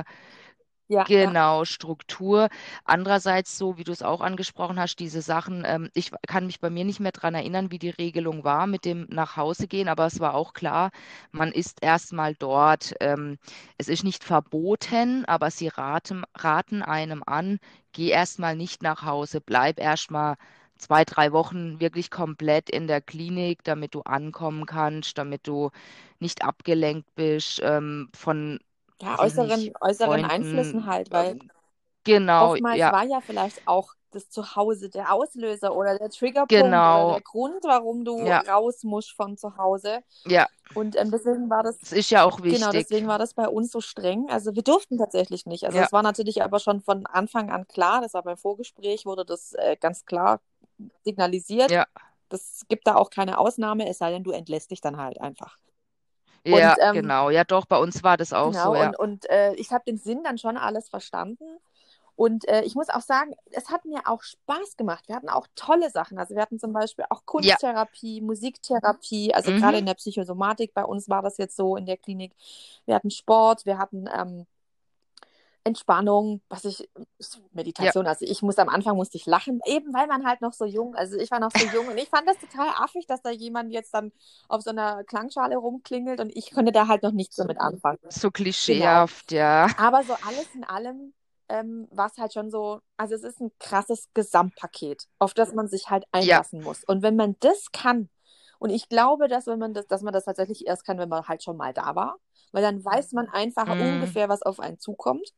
Ja, ja. genau, Struktur. Andererseits, so wie du es auch angesprochen hast, diese Sachen, ähm, ich kann mich bei mir nicht mehr dran erinnern, wie die Regelung war mit dem nach Hause gehen, aber es war auch klar, man ist erstmal dort. Ähm, es ist nicht verboten, aber sie raten, raten einem an, geh erstmal nicht nach Hause, bleib erstmal zwei, drei Wochen wirklich komplett in der Klinik, damit du ankommen kannst, damit du nicht abgelenkt bist, ähm, von, Ja, weiß ich nicht, äußeren, äußeren Einflüssen Freunden. halt, weil Ähm, genau, oftmals ja, war ja vielleicht auch das Zuhause der Auslöser oder der Triggerpunkt oder Genau. der Grund, warum du Ja, raus musst von zu Hause. ja, Und ähm, deswegen war das, es ist ja auch genau, wichtig. deswegen war das bei uns so streng. Also wir durften tatsächlich nicht. Also Ja, es war natürlich aber schon von Anfang an klar, das war beim Vorgespräch, wurde das äh, ganz klar signalisiert. ja, Das gibt da auch keine Ausnahme, es sei denn, du entlässt dich dann halt einfach. Und ja, ähm, genau. Ja, doch, bei uns war das auch so, genau, ja. und, und äh, ich habe den Sinn dann schon alles verstanden. Und äh, ich muss auch sagen, es hat mir auch Spaß gemacht. Wir hatten auch tolle Sachen. Also wir hatten zum Beispiel auch Ja, Kunsttherapie, Musiktherapie. Also gerade mhm, in der Psychosomatik, bei uns war das jetzt so in der Klinik. Wir hatten Sport, wir hatten ähm, Entspannung, was ich, ja, Meditation. Also ich muss am Anfang musste ich lachen, eben weil man halt noch so jung, also ich war noch so jung und ich fand das total affig, dass da jemand jetzt dann auf so einer Klangschale rumklingelt und ich konnte da halt noch nichts damit anfangen. so Genau. klischeehaft, ja. Aber so alles in allem ähm, war es halt schon so, also es ist ein krasses Gesamtpaket, auf das man sich halt Ja, einlassen muss. Und wenn man das kann, und ich glaube, dass wenn man das, dass man das tatsächlich erst kann, wenn man halt schon mal da war, weil dann weiß man einfach mm, ungefähr, was auf einen zukommt,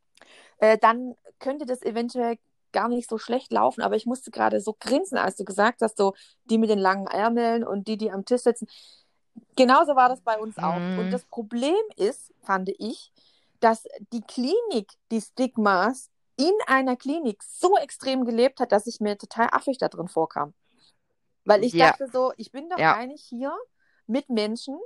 äh, dann könnte das eventuell gar nicht so schlecht laufen. Aber ich musste gerade so grinsen, als du gesagt hast, so die mit den langen Ärmeln und die, die am Tisch sitzen. Genauso war das bei uns auch. Und mm, das Problem ist, fand ich, dass die Klinik die Stigmas in einer Klinik so extrem gelebt hat, dass ich mir total affig da drin vorkam. Weil ich ja, dachte so, ich bin doch ja, eigentlich hier mit Menschen,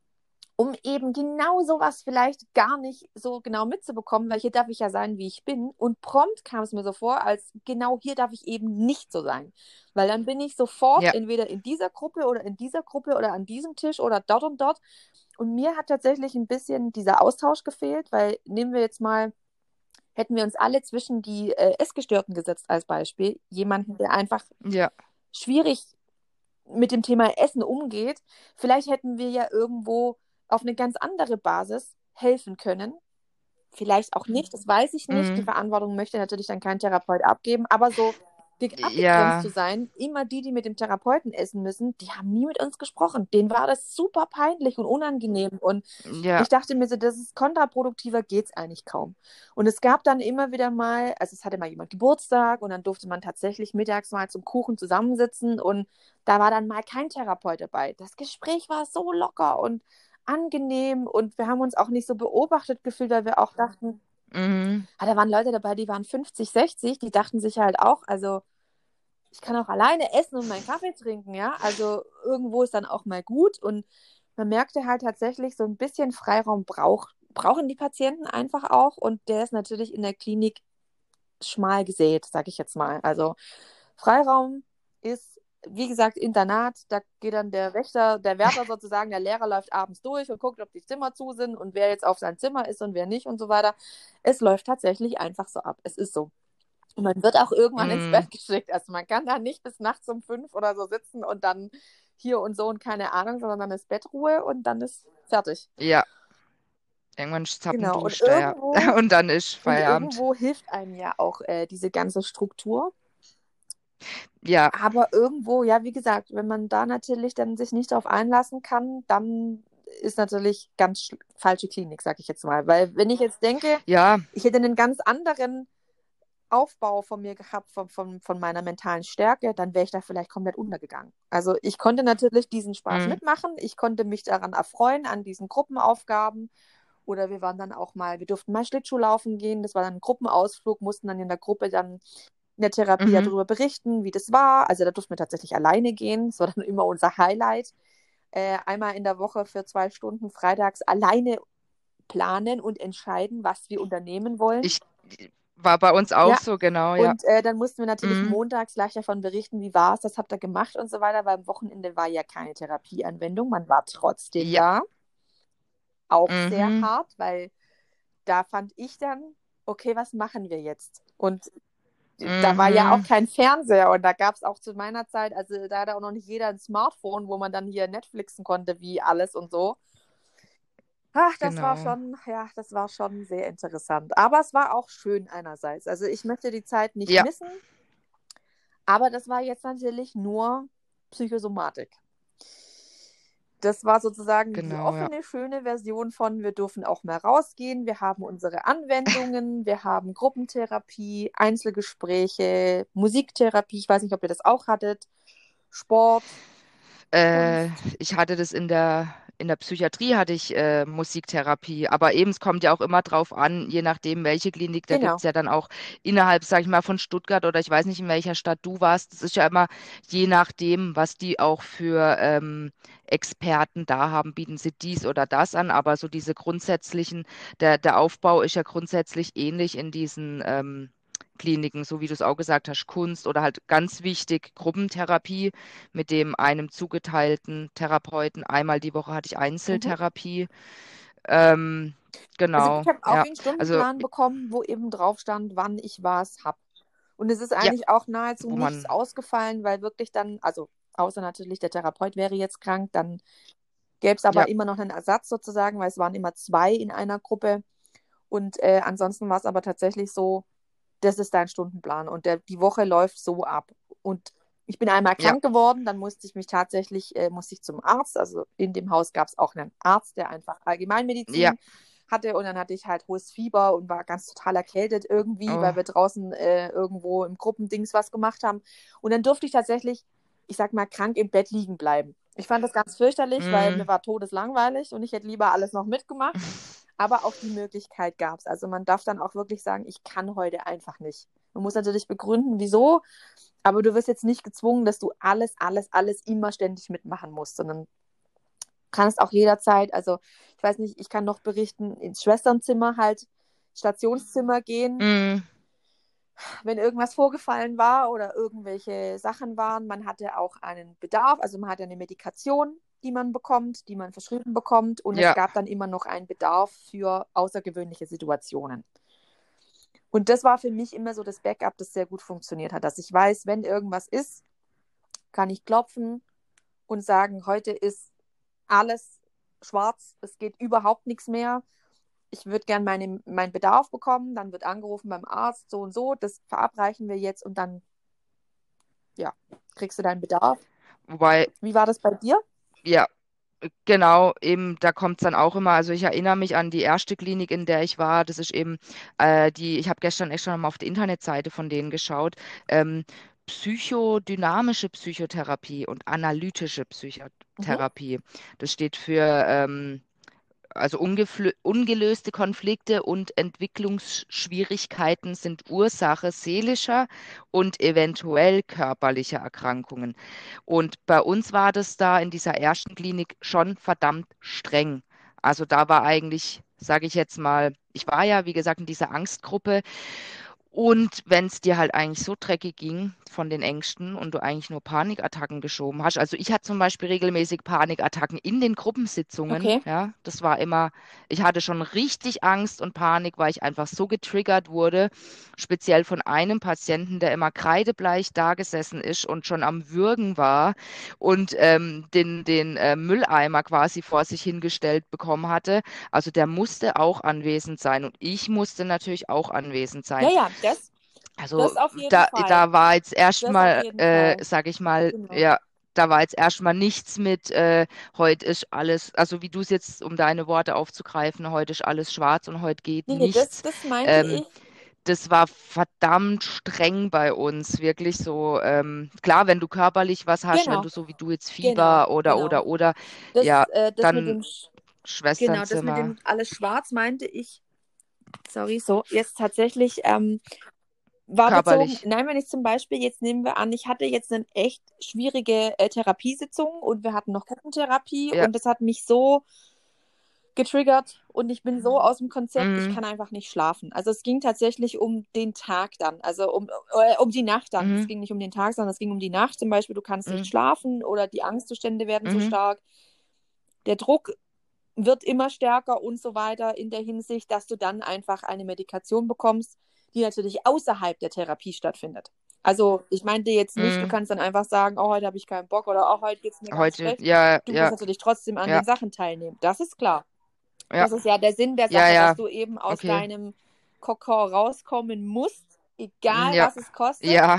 um eben genau sowas vielleicht gar nicht so genau mitzubekommen, weil hier darf ich ja sein, wie ich bin. Und prompt kam es mir so vor, als genau hier darf ich eben nicht so sein. Weil dann bin ich sofort ja, entweder in dieser Gruppe oder in dieser Gruppe oder an diesem Tisch oder dort und dort. Und mir hat tatsächlich ein bisschen dieser Austausch gefehlt, weil nehmen wir jetzt mal, hätten wir uns alle zwischen die äh, Essgestörten gesetzt als Beispiel, jemanden, der einfach ja, schwierig mit dem Thema Essen umgeht, vielleicht hätten wir ja irgendwo auf eine ganz andere Basis helfen können. Vielleicht auch nicht, das weiß ich nicht. Die mm, Verantwortung möchte natürlich dann kein Therapeut abgeben, aber so abgegrenzt ja, zu sein, immer die, die mit dem Therapeuten essen müssen, die haben nie mit uns gesprochen. Denen war das super peinlich und unangenehm. Und ja, ich dachte mir so, das ist kontraproduktiver geht's eigentlich kaum. Und es gab dann immer wieder mal, also es hatte mal jemand Geburtstag und dann durfte man tatsächlich mittags mal zum Kuchen zusammensitzen und da war dann mal kein Therapeut dabei. Das Gespräch war so locker und angenehm und wir haben uns auch nicht so beobachtet gefühlt, weil wir auch dachten, mm, ah, da waren Leute dabei, die waren fünfzig, sechzig, die dachten sich halt auch, also ich kann auch alleine essen und meinen Kaffee trinken, ja. Also irgendwo ist dann auch mal gut. Und man merkte halt tatsächlich, so ein bisschen Freiraum brauch, brauchen die Patienten einfach auch. Und der ist natürlich in der Klinik schmal gesät, sag ich jetzt mal. Also Freiraum ist, wie gesagt, Internat. Da geht dann der Wächter, der Wärter sozusagen, der Lehrer läuft abends durch und guckt, ob die Zimmer zu sind und wer jetzt auf sein Zimmer ist und wer nicht und so weiter. Es läuft tatsächlich einfach so ab. Es ist so. Und man wird auch irgendwann ins mm, Bett geschickt. Also man kann da nicht bis nachts um fünf oder so sitzen und dann hier und so und keine Ahnung, sondern dann ist Bettruhe und dann ist fertig. ja. Irgendwann Genau. Und zappenduscht er, ja. irgendwo, Und dann ist und Feierabend. irgendwo hilft einem ja auch äh, diese ganze Struktur. Ja, Aber irgendwo, ja, wie gesagt, wenn man da natürlich dann sich nicht darauf einlassen kann, dann ist natürlich ganz falsche Klinik, sag ich jetzt mal. Weil wenn ich jetzt denke, ja, ich hätte einen ganz anderen Aufbau von mir gehabt, von, von, von meiner mentalen Stärke, dann wäre ich da vielleicht komplett untergegangen. Also ich konnte natürlich diesen Spaß mm, mitmachen, ich konnte mich daran erfreuen, an diesen Gruppenaufgaben. Oder wir waren dann auch mal, wir durften mal Schlittschuh laufen gehen, das war dann ein Gruppenausflug, mussten dann in der Gruppe dann in der Therapie mhm, darüber berichten, wie das war. Also da durften wir tatsächlich alleine gehen, das war dann immer unser Highlight. Äh, einmal in der Woche für zwei Stunden freitags alleine planen und entscheiden, was wir unternehmen wollen. ich war bei uns auch Ja, so, genau, ja. und äh, dann mussten wir natürlich Mm, montags gleich davon berichten, wie war es, das habt ihr gemacht und so weiter, weil am Wochenende war ja keine Therapieanwendung, man war trotzdem ja, da. Auch sehr mhm, hart, weil da fand ich dann, okay, was machen wir jetzt? Und da war ja auch mhm, kein Fernseher und da gab es auch zu meiner Zeit, also da hatte auch noch nicht jeder ein Smartphone, wo man dann hier Netflixen konnte, wie alles und so. Ach, das war genau. schon, ja, das war schon sehr interessant. Aber es war auch schön einerseits. Also ich möchte die Zeit nicht Ja, missen. Aber das war jetzt natürlich nur Psychosomatik. das war sozusagen die Genau, ja. offene, schöne Version von, wir dürfen auch mal rausgehen, wir haben unsere Anwendungen, wir haben Gruppentherapie, Einzelgespräche, Musiktherapie, ich weiß nicht, ob ihr das auch hattet, Sport, Äh, Kunst. ich hatte das in der, in der Psychiatrie hatte ich äh, Musiktherapie, aber eben, es kommt ja auch immer drauf an, je nachdem, welche Klinik, da gibt Genau. es ja dann auch innerhalb, sag ich mal, von Stuttgart oder ich weiß nicht, in welcher Stadt du warst, das ist ja immer je nachdem, was die auch für ähm, Experten da haben, bieten sie dies oder das an, aber so diese grundsätzlichen, der, der Aufbau ist ja grundsätzlich ähnlich in diesen ähm, Kliniken, so wie du es auch gesagt hast, Kunst oder halt ganz wichtig, Gruppentherapie mit dem einem zugeteilten Therapeuten. Einmal die Woche hatte ich Mhm. Einzeltherapie. Ähm, Also ich genau, habe auch ja. einen Also Stundenplan bekommen, wo eben drauf stand, wann ich was habe. Und es ist ja, eigentlich auch nahezu wo nichts man, ausgefallen, weil wirklich dann, also außer natürlich der Therapeut wäre jetzt krank, dann gäbe es aber ja, immer noch einen Ersatz sozusagen, weil es waren immer zwei in einer Gruppe. Und äh, ansonsten war es aber tatsächlich so, das ist dein Stundenplan und der, die Woche läuft so ab. Und ich bin einmal ja, krank geworden, dann musste ich mich tatsächlich, äh, musste ich zum Arzt. Also in dem Haus gab es auch einen Arzt, der einfach ja, Allgemeinmedizin hatte und dann hatte ich halt hohes Fieber und war ganz total erkältet irgendwie, oh, weil wir draußen äh, irgendwo im Gruppendings was gemacht haben. Und dann durfte ich tatsächlich, ich sag mal, krank im Bett liegen bleiben. Ich fand das ganz fürchterlich, weil mm, mir war todeslangweilig und ich hätte lieber alles noch mitgemacht. Aber auch die Möglichkeit gab es. Also man darf dann auch wirklich sagen, ich kann heute einfach nicht. Man muss natürlich begründen, wieso, aber du wirst jetzt nicht gezwungen, dass du alles, alles, alles immer ständig mitmachen musst, sondern kannst auch jederzeit, also ich weiß nicht, ich kann noch berichten, ins Schwesternzimmer halt, Stationszimmer gehen, mm, wenn irgendwas vorgefallen war oder irgendwelche Sachen waren. Man hatte auch einen Bedarf, also man hatte eine Medikation, die man bekommt, die man verschrieben bekommt und es ja, gab dann immer noch einen Bedarf für außergewöhnliche Situationen. Und das war für mich immer so das Backup, das sehr gut funktioniert hat, dass ich weiß, wenn irgendwas ist, kann ich klopfen und sagen, heute ist alles schwarz, es geht überhaupt nichts mehr. Ich würde gerne meine, meinen Bedarf bekommen, dann wird angerufen beim Arzt, so und so, das verabreichen wir jetzt und dann, ja, kriegst du deinen Bedarf. wobei, Wie war das bei dir? ja, genau, eben, da kommt es dann auch immer, also ich erinnere mich an die erste Klinik, in der ich war, das ist eben äh, die, ich habe gestern extra noch mal auf die Internetseite von denen geschaut, ähm, psychodynamische Psychotherapie und analytische Mhm. Psychotherapie. Das steht für ähm, also ungeflö- ungelöste Konflikte und Entwicklungsschwierigkeiten sind Ursache seelischer und eventuell körperlicher Erkrankungen. Und bei uns war das da in dieser ersten Klinik schon verdammt streng. Also da war eigentlich, sage ich jetzt mal, ich war ja, wie gesagt, in dieser Angstgruppe. Und wenn es dir halt eigentlich so dreckig ging von den Ängsten und du eigentlich nur Panikattacken geschoben hast, also ich hatte zum Beispiel regelmäßig Panikattacken in den Gruppensitzungen, Okay. ja, das war immer, ich hatte schon richtig Angst und Panik, weil ich einfach so getriggert wurde, speziell von einem Patienten, der immer kreidebleich da gesessen ist und schon am Würgen war und ähm, den, den äh, Mülleimer quasi vor sich hingestellt bekommen hatte. Also der musste auch anwesend sein und ich musste natürlich auch anwesend Ja, sein. ja, das, das Also auf jeden da, Fall. da war jetzt Das auf erstmal, jeden äh, Fall. sage ich mal, Genau. ja, da war jetzt erstmal nichts mit, äh, heute ist alles, also wie du es jetzt, um deine Worte aufzugreifen, heute ist alles schwarz und heute geht Nee, nee, das, nichts. das meinte Ähm, ich. Das war verdammt streng bei uns, wirklich so. Ähm, klar, wenn du körperlich was hast, wenn Genau, du so wie du jetzt genau, Fieber oder, genau. oder, oder, Das, ja, äh, das mit dann dem, Sch- genau, das mit Schwesternzimmer, dem alles schwarz meinte ich, sorry, so, jetzt tatsächlich, ähm, war bezogen, körperlich, nein, wenn ich zum Beispiel, jetzt nehmen wir an, ich hatte jetzt eine echt schwierige äh, Therapiesitzung und wir hatten noch Gruppentherapie ja, und das hat mich so getriggert und ich bin so aus dem Konzept, ich mhm, kann einfach nicht schlafen. Also es ging tatsächlich um den Tag dann, also um, äh, um die Nacht dann. Es mhm, ging nicht um den Tag, sondern es ging um die Nacht. Zum Beispiel, du kannst nicht mhm, schlafen oder die Angstzustände werden so mhm, stark. Der Druck wird immer stärker und so weiter in der Hinsicht, dass du dann einfach eine Medikation bekommst, die natürlich außerhalb der Therapie stattfindet. Also ich meinte jetzt nicht, du mhm. kannst dann einfach sagen, oh, heute habe ich keinen Bock oder oh, heute geht es mir ganz Heute, schlecht. ja, Du musst ja, natürlich trotzdem an ja, den Sachen teilnehmen. Das ist klar. ja, Das ist ja der Sinn der ja, Sache, dass ja, du eben aus okay, deinem Kokon rauskommen musst, mm, egal ja, was es kostet. ja,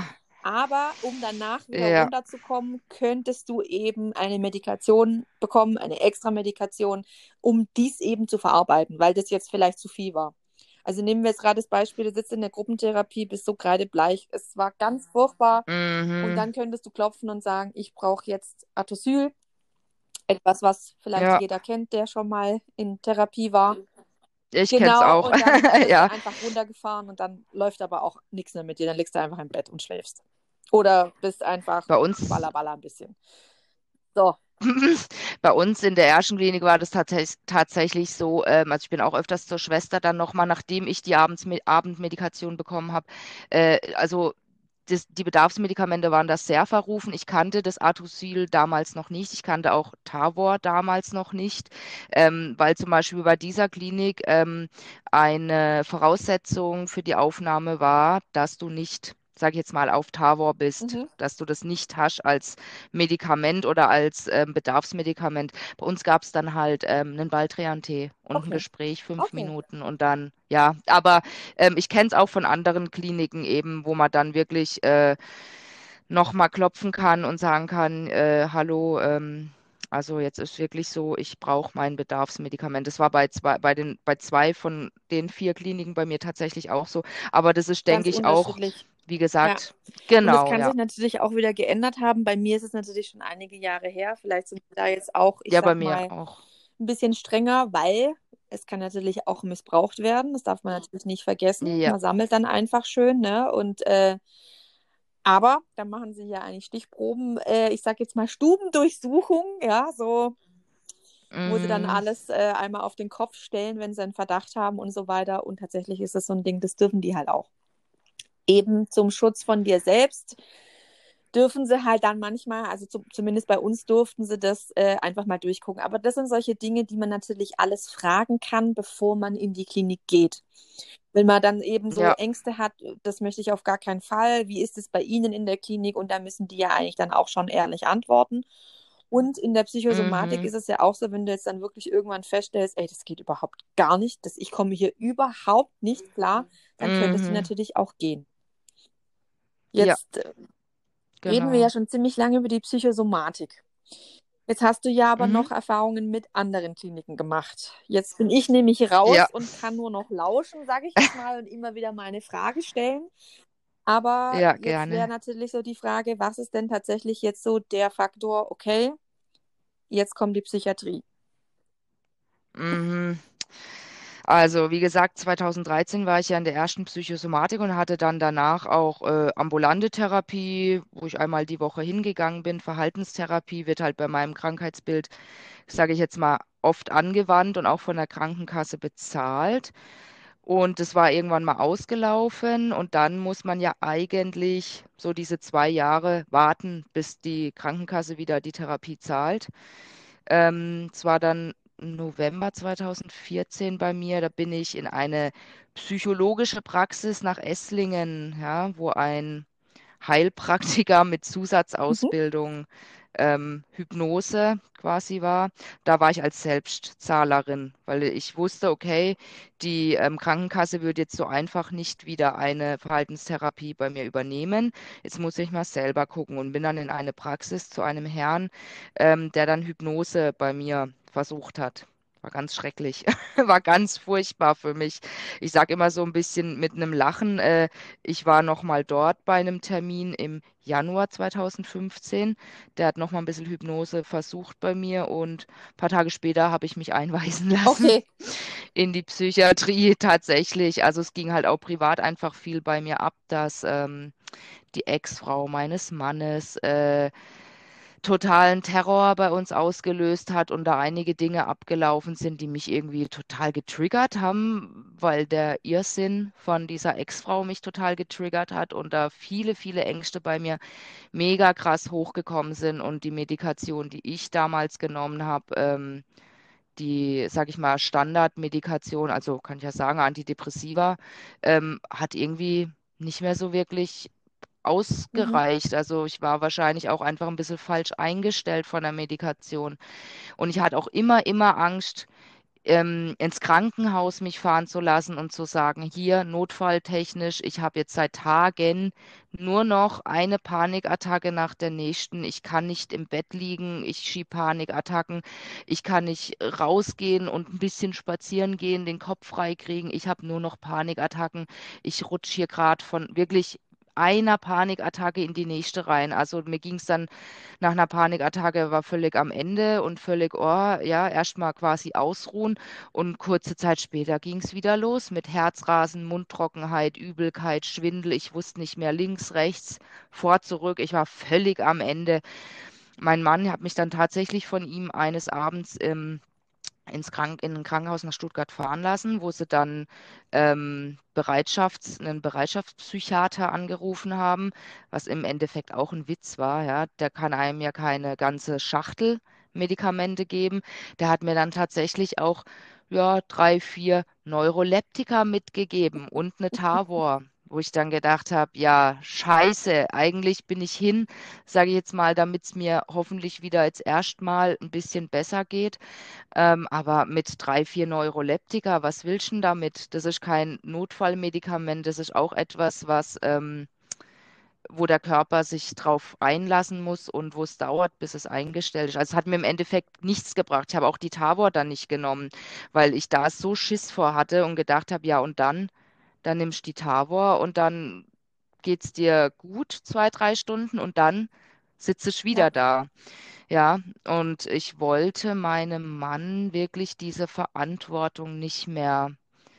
Aber um danach wieder Ja. runterzukommen, könntest du eben eine Medikation bekommen, eine Extra-Medikation, um dies eben zu verarbeiten, weil das jetzt vielleicht zu viel war. Also nehmen wir jetzt gerade das Beispiel, du sitzt in der Gruppentherapie, bist so kreidebleich, es war ganz furchtbar und Mhm. dann könntest du klopfen und sagen, ich brauche jetzt Atosyl, etwas, was vielleicht Ja, jeder kennt, der schon mal in Therapie war. ich kenn's Genau, auch. und dann wirst du Ja, einfach runtergefahren und dann läuft aber auch nichts mehr mit dir. Dann liegst du einfach im Bett und schläfst. Oder bist einfach bei uns balla balla ein bisschen. So. Bei uns in der ersten Klinik war das tats tatsächlich so, ähm, also ich bin auch öfters zur Schwester dann nochmal, nachdem ich die Abends Abendmedikation bekommen habe. Äh, also das, die Bedarfsmedikamente waren da sehr verrufen. Ich kannte das Atosyl damals noch nicht. Ich kannte auch Tavor damals noch nicht, ähm, weil zum Beispiel bei dieser Klinik ähm, eine Voraussetzung für die Aufnahme war, dass du nicht, sag ich jetzt mal, auf Tavor bist, Mhm. dass du das nicht hast als Medikament oder als ähm, Bedarfsmedikament. Bei uns gab es dann halt ähm, einen Baldrian-Tee und ein Okay. Gespräch, fünf Okay. Minuten und dann, ja, aber ähm, ich kenne es auch von anderen Kliniken eben, wo man dann wirklich äh, nochmal klopfen kann und sagen kann, äh, hallo, ähm, also jetzt ist wirklich so, ich brauche mein Bedarfsmedikament. Das war bei zwei, bei den, bei zwei von den vier Kliniken bei mir tatsächlich auch so. Aber das ist, Ganz denke ich, auch, unterschiedlich. wie Ja. gesagt, Und es genau, kann sich ja. natürlich auch wieder geändert haben. Bei mir ist es natürlich schon einige Jahre her. Vielleicht sind wir da jetzt auch, ich Ja, bei sag mir mal, auch. ein bisschen strenger, weil es kann natürlich auch missbraucht werden. Das darf man natürlich nicht vergessen. Ja. Man sammelt dann einfach schön, ne? Und äh, aber da machen sie ja eigentlich Stichproben, äh, ich sag jetzt mal Stubendurchsuchung, ja, so, wo sie dann Mm, alles äh, einmal auf den Kopf stellen, wenn sie einen Verdacht haben und so weiter. Und tatsächlich ist das so ein Ding, das dürfen die halt auch. Eben zum Schutz von dir selbst dürfen sie halt dann manchmal, also zu, zumindest bei uns durften sie das äh, einfach mal durchgucken. Aber das sind solche Dinge, die man natürlich alles fragen kann, bevor man in die Klinik geht. Wenn man dann eben so ja. Ängste hat, das möchte ich auf gar keinen Fall. Wie ist es bei Ihnen in der Klinik? Und da müssen die ja eigentlich dann auch schon ehrlich antworten. Und in der Psychosomatik Mhm. ist es ja auch so, wenn du jetzt dann wirklich irgendwann feststellst, ey, das geht überhaupt gar nicht, dass ich komme hier überhaupt nicht klar, dann könntest du Mhm. natürlich auch gehen. Ja, Jetzt äh, reden wir ja genau. schon ziemlich lange über die Psychosomatik. Jetzt hast du ja aber Mhm. noch Erfahrungen mit anderen Kliniken gemacht. Jetzt bin ich nämlich Ja, raus und kann nur noch lauschen, sage ich jetzt mal, und immer wieder mal eine Frage stellen. Aber ja, jetzt wäre gerne. natürlich so die Frage, was ist denn tatsächlich jetzt so der Faktor, okay, jetzt kommt die Psychiatrie. Mhm. Also, wie gesagt, zweitausenddreizehn war ich ja in der ersten Psychosomatik und hatte dann danach auch äh, ambulante Therapie, wo ich einmal die Woche hingegangen bin. Verhaltenstherapie wird halt bei meinem Krankheitsbild, sage ich jetzt mal, oft angewandt und auch von der Krankenkasse bezahlt. Und das war irgendwann mal ausgelaufen und dann muss man ja eigentlich so diese zwei Jahre warten, bis die Krankenkasse wieder die Therapie zahlt. Ähm, es war dann November zweitausendvierzehn bei mir. Da bin ich in eine psychologische Praxis nach Esslingen, ja, wo ein Heilpraktiker mit Mhm. Zusatzausbildung ähm, Hypnose quasi war. Da war ich als Selbstzahlerin, weil ich wusste, okay, die ähm, Krankenkasse würde jetzt so einfach nicht wieder eine Verhaltenstherapie bei mir übernehmen. Jetzt muss ich mal selber gucken und bin dann in eine Praxis zu einem Herrn, ähm, der dann Hypnose bei mir versucht hat. War ganz schrecklich, war ganz furchtbar für mich. Ich sage immer so ein bisschen mit einem Lachen, äh, ich war noch mal dort bei einem Termin im Januar zweitausendfünfzehn. Der hat noch mal ein bisschen Hypnose versucht bei mir und ein paar Tage später habe ich mich einweisen lassen Okay. in die Psychiatrie tatsächlich. Also es ging halt auch privat einfach viel bei mir ab, dass ähm, die Ex-Frau meines Mannes äh, totalen Terror bei uns ausgelöst hat und da einige Dinge abgelaufen sind, die mich irgendwie total getriggert haben, weil der Irrsinn von dieser Ex-Frau mich total getriggert hat und da viele, viele Ängste bei mir mega krass hochgekommen sind und die Medikation, die ich damals genommen habe, ähm, die, sag ich mal, Standardmedikation, also kann ich ja sagen, Antidepressiva, ähm, hat irgendwie nicht mehr so wirklich Mhm. ausgereicht. Also ich war wahrscheinlich auch einfach ein bisschen falsch eingestellt von der Medikation. Und ich hatte auch immer, immer Angst, ähm, ins Krankenhaus mich fahren zu lassen und zu sagen, hier notfalltechnisch, ich habe jetzt seit Tagen nur noch eine Panikattacke nach der nächsten. Ich kann nicht im Bett liegen, ich schiebe Panikattacken, ich kann nicht rausgehen und ein bisschen spazieren gehen, den Kopf frei kriegen. Ich habe nur noch Panikattacken. Ich rutsche hier gerade von wirklich einer Panikattacke in die nächste rein. Also mir ging es dann nach einer Panikattacke, war völlig am Ende und völlig, oh, ja, erstmal quasi ausruhen. Und kurze Zeit später ging es wieder los mit Herzrasen, Mundtrockenheit, Übelkeit, Schwindel. Ich wusste nicht mehr links, rechts, vor, zurück. Ich war völlig am Ende. Mein Mann hat mich dann tatsächlich von ihm eines Abends im ins Krank in ein Krankenhaus nach Stuttgart fahren lassen, wo sie dann ähm, Bereitschafts-, einen Bereitschaftspsychiater angerufen haben, was im Endeffekt auch ein Witz war. Ja. Der kann einem ja keine ganze Schachtel Medikamente geben. Der hat mir dann tatsächlich auch ja, drei, vier Neuroleptika mitgegeben und eine Tavor, wo ich dann gedacht habe, ja, scheiße, eigentlich bin ich hin, sage ich jetzt mal, damit es mir hoffentlich wieder jetzt erstmal ein bisschen besser geht. Ähm, aber mit drei, vier Neuroleptika, was willst du denn damit? Das ist kein Notfallmedikament, das ist auch etwas, was, ähm, wo der Körper sich drauf einlassen muss und wo es dauert, bis es eingestellt ist. Also es hat mir im Endeffekt nichts gebracht. Ich habe auch die Tavor dann nicht genommen, weil ich da so Schiss vor hatte und gedacht habe, ja, und dann, dann nimmst du die Tavor und dann geht es dir gut, zwei, drei Stunden und dann sitze ich Ja. wieder da. Ja, und ich wollte meinem Mann wirklich diese Verantwortung nicht mehr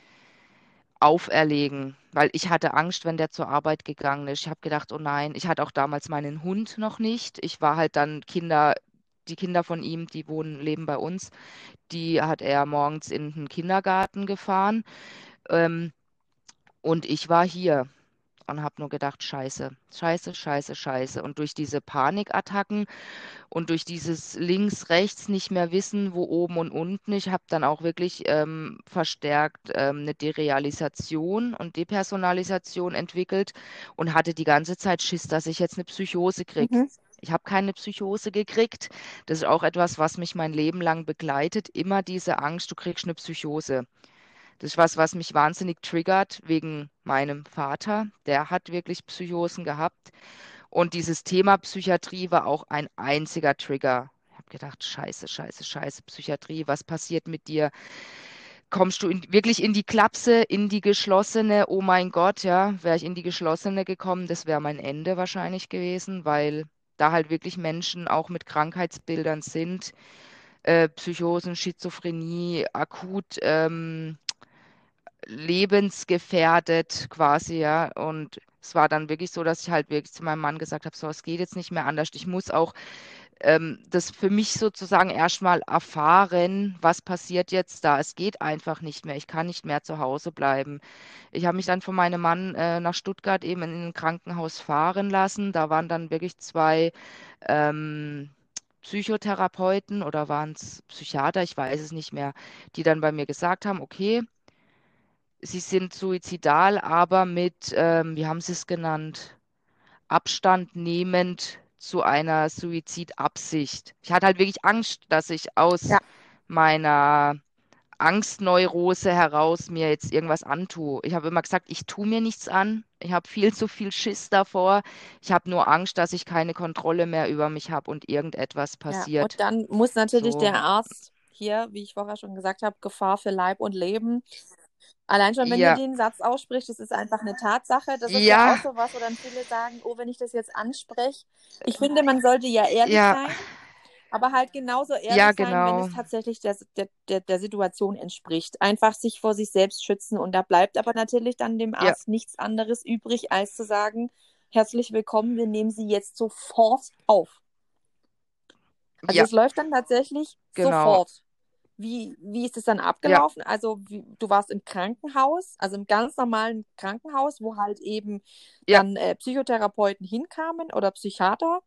auferlegen, weil ich hatte Angst, wenn der zur Arbeit gegangen ist. Ich habe gedacht, oh nein, ich hatte auch damals meinen Hund noch nicht. Ich war halt dann Kinder, die Kinder von ihm, die wohnen, leben bei uns, die hat er morgens in den Kindergarten gefahren. Ähm, und ich war hier und habe nur gedacht, scheiße, scheiße, scheiße, scheiße. Und durch diese Panikattacken und durch dieses links, rechts nicht mehr wissen, wo oben und unten, ich habe dann auch wirklich ähm, verstärkt ähm, eine Derealisation und Depersonalisation entwickelt und hatte die ganze Zeit Schiss, dass ich jetzt eine Psychose kriege. Mhm. Ich habe keine Psychose gekriegt. Das ist auch etwas, was mich mein Leben lang begleitet. Immer diese Angst, du kriegst eine Psychose. Das ist was, was mich wahnsinnig triggert wegen meinem Vater. Der hat wirklich Psychosen gehabt. Und dieses Thema Psychiatrie war auch ein einziger Trigger. Ich habe gedacht, scheiße, scheiße, scheiße, Psychiatrie, was passiert mit dir? Kommst du in, wirklich in die Klapse, in die geschlossene? Oh mein Gott, ja, wäre ich in die geschlossene gekommen, das wäre mein Ende wahrscheinlich gewesen, weil da halt wirklich Menschen auch mit Krankheitsbildern sind, äh, Psychosen, Schizophrenie, akut ähm, lebensgefährdet quasi, ja. Und es war dann wirklich so, dass ich halt wirklich zu meinem Mann gesagt habe, so, es geht jetzt nicht mehr anders. Ich muss auch ähm, das für mich sozusagen erstmal erfahren, was passiert jetzt da. Es geht einfach nicht mehr. Ich kann nicht mehr zu Hause bleiben. Ich habe mich dann von meinem Mann äh, nach Stuttgart eben in ein Krankenhaus fahren lassen. Da waren dann wirklich zwei ähm, Psychotherapeuten oder waren es Psychiater, ich weiß es nicht mehr, die dann bei mir gesagt haben, okay, Sie sind suizidal, aber mit, ähm, wie haben Sie es genannt, Abstand nehmend zu einer Suizidabsicht. Ich hatte halt wirklich Angst, dass ich aus Ja, meiner Angstneurose heraus mir jetzt irgendwas antue. Ich habe immer gesagt, ich tue mir nichts an. Ich habe viel zu viel Schiss davor. Ich habe nur Angst, dass ich keine Kontrolle mehr über mich habe und irgendetwas ja. Und passiert. dann muss natürlich So, der Arzt hier, wie ich vorher schon gesagt habe, Gefahr für Leib und Leben. Allein schon, wenn ihr ja, den Satz ausspricht, das ist einfach eine Tatsache. Das ist ja auch ja, so was, wo dann viele sagen, oh, wenn ich das jetzt anspreche. Ich finde, man sollte ja ehrlich ja, sein, aber halt genauso ja, ehrlich sein, wenn es genau. tatsächlich der, der, der, der Situation entspricht. Einfach sich vor sich selbst schützen. Und da bleibt aber natürlich dann dem Ja, Arzt nichts anderes übrig, als zu sagen, herzlich willkommen, wir nehmen Sie jetzt sofort auf. Also ja, es läuft dann tatsächlich genau. sofort. Wie, wie ist es dann Ja. abgelaufen? Also wie, du warst im Krankenhaus, also im ganz normalen Krankenhaus, wo halt eben Ja, dann äh, Psychotherapeuten hinkamen oder Psychiater.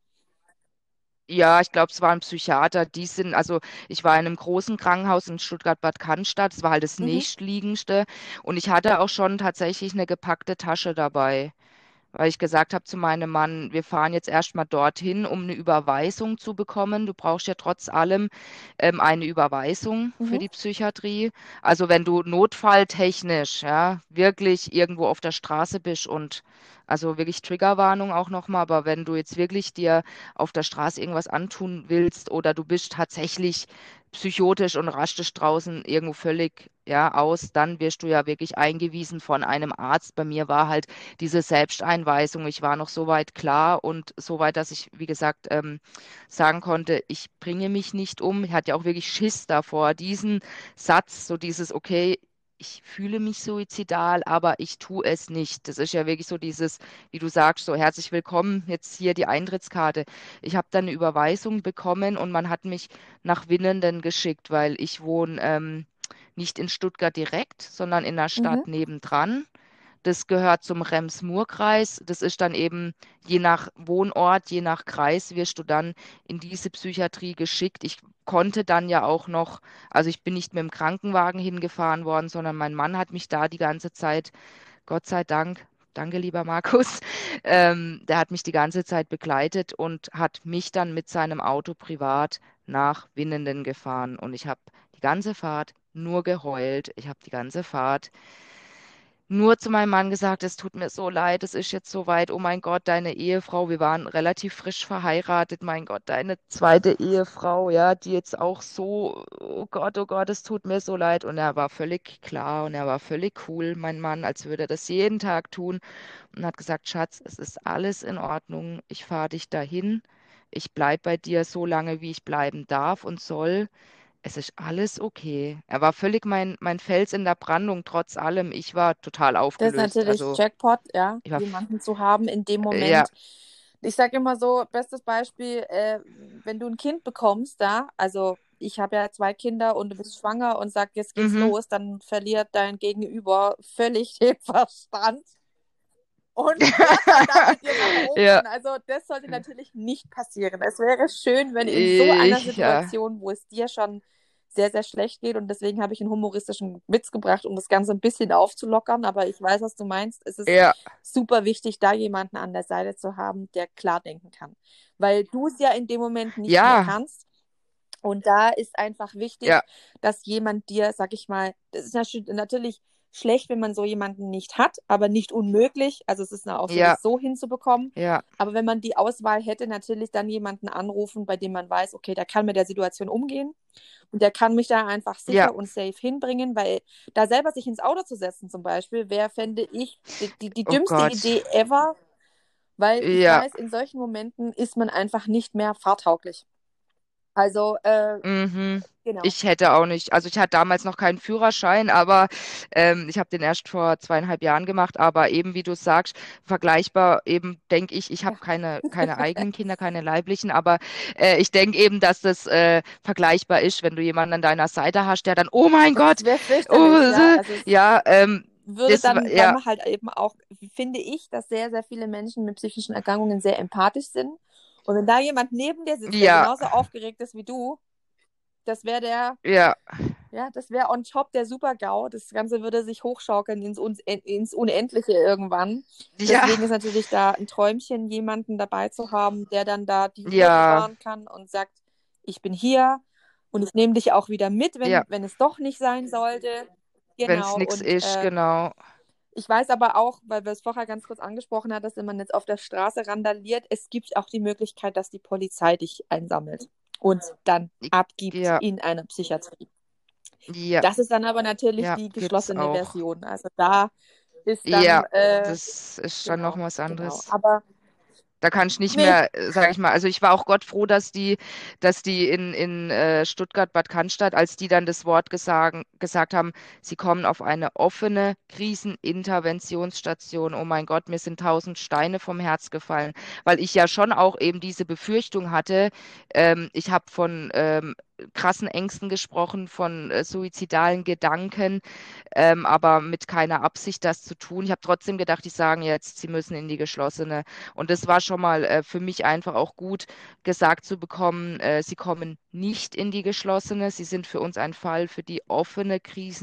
ja, ich glaube, es waren Psychiater, die sind, also ich war in einem großen Krankenhaus in Stuttgart-Bad Cannstatt, das war halt das Mhm. nächstliegendste und ich hatte auch schon tatsächlich eine gepackte Tasche dabei. weil ich gesagt habe zu meinem Mann, wir fahren jetzt erstmal dorthin, um eine Überweisung zu bekommen. Du brauchst ja trotz allem ähm, eine Überweisung für Mhm. die Psychiatrie. Also wenn du notfalltechnisch, ja, wirklich irgendwo auf der Straße bist und also wirklich Triggerwarnung auch nochmal, aber wenn du jetzt wirklich dir auf der Straße irgendwas antun willst oder du bist tatsächlich psychotisch und rastisch draußen irgendwo völlig ja aus, dann wirst du ja wirklich eingewiesen von einem Arzt. Bei mir war halt diese Selbsteinweisung. Ich war noch so weit klar und so weit, dass ich, wie gesagt, ähm, sagen konnte, ich bringe mich nicht um. Ich hatte ja auch wirklich Schiss davor, diesen Satz, so dieses, okay, ich fühle mich suizidal, aber ich tue es nicht. Das ist ja wirklich so dieses, wie du sagst, so herzlich willkommen, jetzt hier die Eintrittskarte. Ich habe dann eine Überweisung bekommen und man hat mich nach Winnenden geschickt, weil ich wohne ähm, nicht in Stuttgart direkt, sondern in der Mhm. Stadt nebendran. Das gehört zum Rems-Murr-Kreis. Das ist dann eben je nach Wohnort, je nach Kreis wirst du dann in diese Psychiatrie geschickt. Ich konnte dann ja auch noch, also ich bin nicht mit dem Krankenwagen hingefahren worden, sondern mein Mann hat mich da die ganze Zeit, Gott sei Dank, danke lieber Markus, ähm, der hat mich die ganze Zeit begleitet und hat mich dann mit seinem Auto privat nach Winnenden gefahren. Und ich habe die ganze Fahrt nur geheult. Ich habe die ganze Fahrt nur zu meinem Mann gesagt, es tut mir so leid, es ist jetzt soweit. Oh mein Gott, deine Ehefrau, wir waren relativ frisch verheiratet. Mein Gott, deine zweite Ehefrau, ja, die jetzt auch so, oh Gott, oh Gott, es tut mir so leid. Und er war völlig klar und er war völlig cool, mein Mann, als würde er das jeden Tag tun und hat gesagt, Schatz, es ist alles in Ordnung. Ich fahre dich dahin. Ich bleibe bei dir so lange, wie ich bleiben darf und soll. Es ist alles okay. Er war völlig mein, mein Fels in der Brandung, trotz allem. Ich war total Das ist aufgelöst. natürlich Also, Jackpot, ja, ich war, f- jemanden zu haben in dem ja, Moment. Ich sage immer so, bestes Beispiel, äh, wenn du ein Kind bekommst, da, also ich habe ja zwei Kinder und du bist schwanger und sagst, jetzt geht's mhm, los, dann verliert dein Gegenüber völlig den Verstand und fährt dann da mit dir nach ja, oben. Also das sollte natürlich nicht passieren. Es wäre schön, wenn in so einer ich, ja, Situation, wo es dir schon sehr, sehr schlecht geht, und deswegen habe ich einen humoristischen Witz gebracht, um das Ganze ein bisschen aufzulockern, aber ich weiß, was du meinst. Es ist ja, super wichtig, da jemanden an der Seite zu haben, der klar denken kann, weil du es ja in dem Moment nicht mehr ja, kannst. Und da ist einfach wichtig, ja, dass jemand dir, sag ich mal, das ist natür- natürlich schlecht, wenn man so jemanden nicht hat, aber nicht unmöglich. Also es ist auch so, ja, das so hinzubekommen. ja, Aber wenn man die Auswahl hätte, natürlich dann jemanden anrufen, bei dem man weiß, okay, der kann mit der Situation umgehen und der kann mich da einfach ja, sicher und safe hinbringen, weil da selber sich ins Auto zu setzen zum Beispiel, wäre, fände ich, die, die, die oh dümmste Gott, Idee ever, weil ich ja, weiß, in solchen Momenten ist man einfach nicht mehr fahrtauglich. Also, äh, mhm. genau. Ich hätte auch nicht, also ich hatte damals noch keinen Führerschein, aber ähm, ich habe den erst vor zweieinhalb Jahren gemacht. Aber eben, wie du sagst, vergleichbar eben denke ich, ich habe Ja. keine, keine eigenen Kinder, keine leiblichen, aber äh, ich denke eben, dass das äh, vergleichbar ist, wenn du jemanden an deiner Seite hast, der dann, oh mein Es Gott, wäre oh, fürchterlich, ja. äh, Also es ja, ähm, würde das, dann, weil ja, man halt eben auch, finde ich, dass sehr, sehr viele Menschen mit psychischen Erkrankungen sehr empathisch sind. Und wenn da jemand neben dir sitzt, der ja, genauso aufgeregt ist wie du, das wäre der, ja, ja, das wäre on top der Super-GAU. Das Ganze würde sich hochschaukeln ins, Un ins Unendliche irgendwann. ja, Deswegen ist natürlich da ein Träumchen, jemanden dabei zu haben, der dann da die Ruhe ja, bewahren kann und sagt, ich bin hier und ich nehme dich auch wieder mit, ja, wenn, wenn es doch nicht sein sollte. wenn es Genau, nichts und ist, äh, genau. ich weiß aber auch, weil wir es vorher ganz kurz angesprochen haben, dass wenn man jetzt auf der Straße randaliert, es gibt auch die Möglichkeit, dass die Polizei dich einsammelt und dann abgibt Ja, in einer Psychiatrie. ja, Das ist dann aber natürlich ja, die gibt's geschlossene auch. Version. Also da ist dann, Ja, äh, das ist dann noch genau, was genau. anderes. Aber Da kann ich nicht nee, mehr, sage ich mal, also ich war auch Gott froh, dass die, dass die in, in äh, Stuttgart, Bad Cannstatt, als die dann das Wort gesagt, gesagt haben, sie kommen auf eine offene Kriseninterventionsstation. Oh mein Gott, mir sind tausend Steine vom Herz gefallen, weil ich ja schon auch eben diese Befürchtung hatte. Ähm, ich habe von ähm, krassen Ängsten gesprochen, von äh, suizidalen Gedanken, ähm, aber mit keiner Absicht, das zu tun. Ich habe trotzdem gedacht, die sagen jetzt, sie müssen in die geschlossene. Und das war schon mal äh, für mich einfach auch gut gesagt zu bekommen, äh, sie kommen nicht in die geschlossene. Sie sind für uns ein Fall für die offene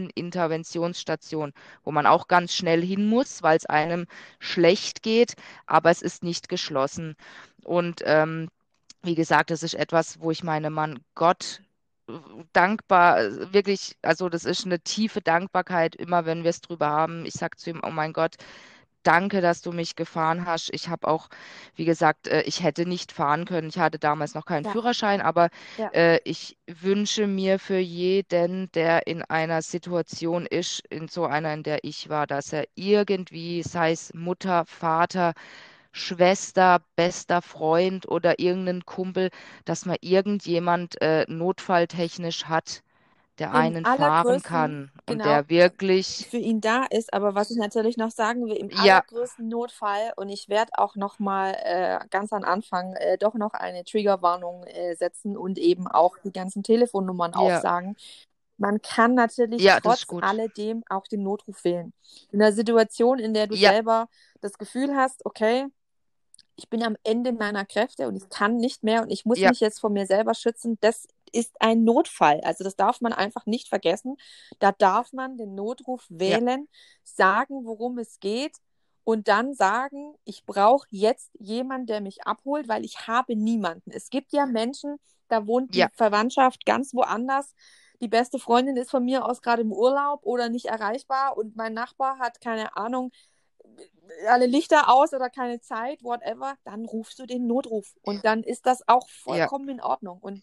Kriseninterventionsstation, wo man auch ganz schnell hin muss, weil es einem schlecht geht, aber es ist nicht geschlossen. Und ähm, wie gesagt, das ist etwas, wo ich meinem Mann Gott äh, dankbar, äh, wirklich, also das ist eine tiefe Dankbarkeit, immer wenn wir es drüber haben. Ich sage zu ihm, oh mein Gott, danke, dass du mich gefahren hast. Ich habe auch, wie gesagt, äh, ich hätte nicht fahren können. Ich hatte damals noch keinen Ja, Führerschein, aber ja. äh, ich wünsche mir für jeden, der in einer Situation ist, in so einer, in der ich war, dass er irgendwie, sei es Mutter, Vater, Schwester, bester Freund oder irgendein Kumpel, dass man irgendjemand äh, notfalltechnisch hat, der Im einen fahren allergrößten, kann und genau, der wirklich, für ihn da ist. Aber was ich natürlich noch sagen will, im ja, allergrößten Notfall, und ich werde auch noch mal äh, ganz am Anfang äh, doch noch eine Triggerwarnung äh, setzen und eben auch die ganzen Telefonnummern ja, aufsagen. Man kann natürlich ja, das ist trotz gut. alledem auch den Notruf wählen. In einer Situation, in der du Ja, selber das Gefühl hast, okay, ich bin am Ende meiner Kräfte und ich kann nicht mehr und ich muss ja, mich jetzt vor mir selber schützen, das ist ein Notfall. Also das darf man einfach nicht vergessen. Da darf man den Notruf ja, wählen, sagen, worum es geht und dann sagen, ich brauche jetzt jemanden, der mich abholt, weil ich habe niemanden. Es gibt ja Menschen, da wohnt die ja, Verwandtschaft ganz woanders. Die beste Freundin ist von mir aus gerade im Urlaub oder nicht erreichbar und mein Nachbar hat keine Ahnung, alle Lichter aus oder keine Zeit, whatever, dann rufst du den Notruf. Und dann ist das auch ja, vollkommen in Ordnung. Und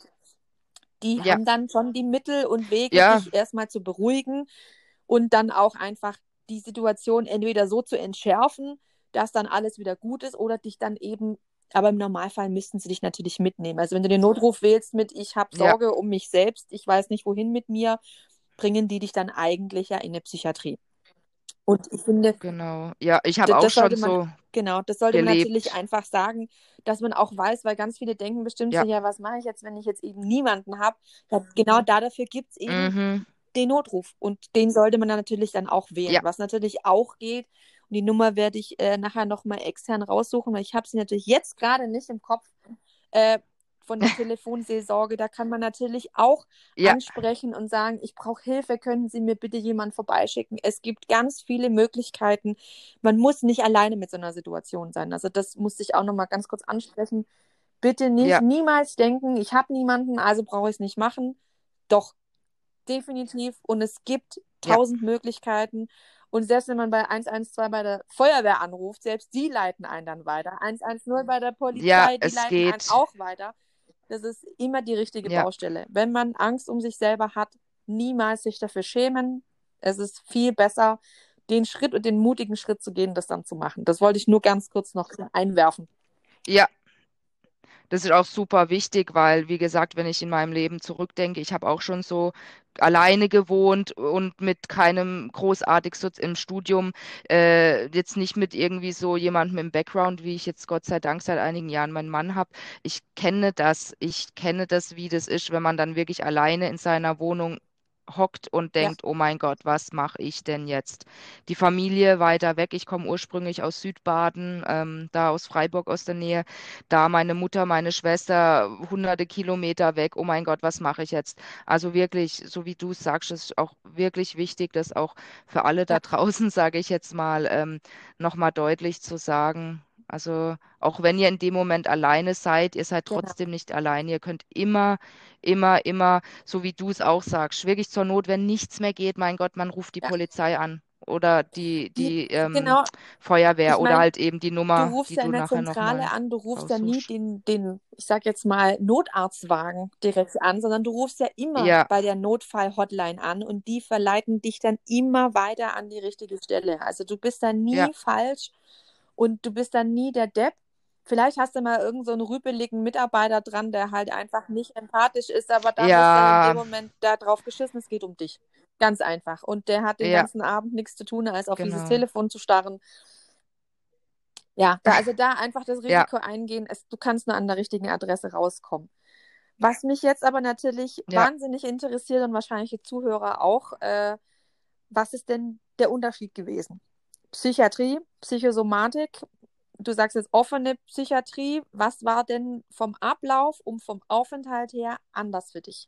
die ja, haben dann schon die Mittel und Wege, ja, dich erstmal zu beruhigen und dann auch einfach die Situation entweder so zu entschärfen, dass dann alles wieder gut ist oder dich dann eben, aber im Normalfall müssten sie dich natürlich mitnehmen. Also wenn du den Notruf wählst mit, ich habe ja, Sorge um mich selbst, ich weiß nicht wohin mit mir, bringen die dich dann eigentlich ja in eine Psychiatrie. Und ich finde, genau. Ja, ich D- habe auch das sollte schon man, so genau, das sollte man natürlich gelebt. einfach sagen, dass man auch weiß, weil ganz viele denken bestimmt so, Ja, ja, was mache ich jetzt, wenn ich jetzt eben niemanden habe? Ja, genau da dafür gibt es eben mhm, den Notruf und den sollte man dann natürlich dann auch wählen. ja, Was natürlich auch geht, und die Nummer werde ich äh, nachher nochmal extern raussuchen, weil ich habe sie natürlich jetzt gerade nicht im Kopf, äh, von der Telefonseelsorge. Da kann man natürlich auch ja, ansprechen und sagen, ich brauche Hilfe, können Sie mir bitte jemanden vorbeischicken? Es gibt ganz viele Möglichkeiten. Man muss nicht alleine mit so einer Situation sein. Also das musste ich auch nochmal ganz kurz ansprechen. Bitte nicht, ja, niemals denken, ich habe niemanden, also brauche ich es nicht machen. Doch, definitiv. Und es gibt ja, tausend Möglichkeiten. Und selbst wenn man bei eins eins zwei bei der Feuerwehr anruft, selbst die leiten einen dann weiter. eins eins null bei der ja, Polizei, die es leiten einen geht. auch weiter. Das ist immer die richtige Ja, Baustelle. Wenn man Angst um sich selber hat, niemals sich dafür schämen. Es ist viel besser, den Schritt und den mutigen Schritt zu gehen, das dann zu machen. Das wollte ich nur ganz kurz noch einwerfen. ja. Das ist auch super wichtig, weil, wie gesagt, wenn ich in meinem Leben zurückdenke, ich habe auch schon so alleine gewohnt und mit keinem großartig so im Studium, äh, jetzt nicht mit irgendwie so jemandem im Background, wie ich jetzt Gott sei Dank seit einigen Jahren meinen Mann habe. Ich kenne das, ich kenne das, wie das ist, wenn man dann wirklich alleine in seiner Wohnung hockt und Ja, denkt, oh mein Gott, was mache ich denn jetzt? Die Familie weiter weg, ich komme ursprünglich aus Südbaden, ähm, da aus Freiburg aus der Nähe, da meine Mutter, meine Schwester hunderte Kilometer weg. Oh mein Gott, was mache ich jetzt? Also wirklich, so wie du es sagst, ist auch wirklich wichtig, das auch für alle da ja, draußen, sage ich jetzt mal, ähm, nochmal deutlich zu sagen. Also auch wenn ihr in dem Moment alleine seid, ihr seid genau. trotzdem nicht allein. Ihr könnt immer, immer, immer, so wie du es auch sagst, wirklich zur Not, wenn nichts mehr geht, mein Gott, man ruft die Ja, Polizei an oder die, die, die ähm, genau. Ich Feuerwehr oder meine, halt eben die du Nummer, rufst die ja in du der nachher Zentrale nochmal an, du rufst ja nie raussuchst. den, den, ich sag jetzt mal, Notarztwagen direkt an, sondern du rufst ja immer Ja, bei der Notfall-Hotline an und die verleiten dich dann immer weiter an die richtige Stelle. Also du bist da ja, nie falsch und du bist da nie der Depp. Vielleicht hast du mal irgend so einen rüpeligen Mitarbeiter dran, der halt einfach nicht empathisch ist, aber da musst du in dem ja, Moment da drauf geschissen, es geht um dich. Ganz einfach. Und der hat den ja, ganzen Abend nichts zu tun, als auf dieses genau. Telefon zu starren. Ja, da, also da einfach das Ja, Risiko eingehen, es, du kannst nur an der richtigen Adresse rauskommen. Was mich jetzt aber natürlich Ja, wahnsinnig interessiert und wahrscheinlich die Zuhörer auch, äh, was ist denn der Unterschied gewesen? Psychiatrie, Psychosomatik, du sagst jetzt offene Psychiatrie. Was war denn vom Ablauf und vom Aufenthalt her anders für dich?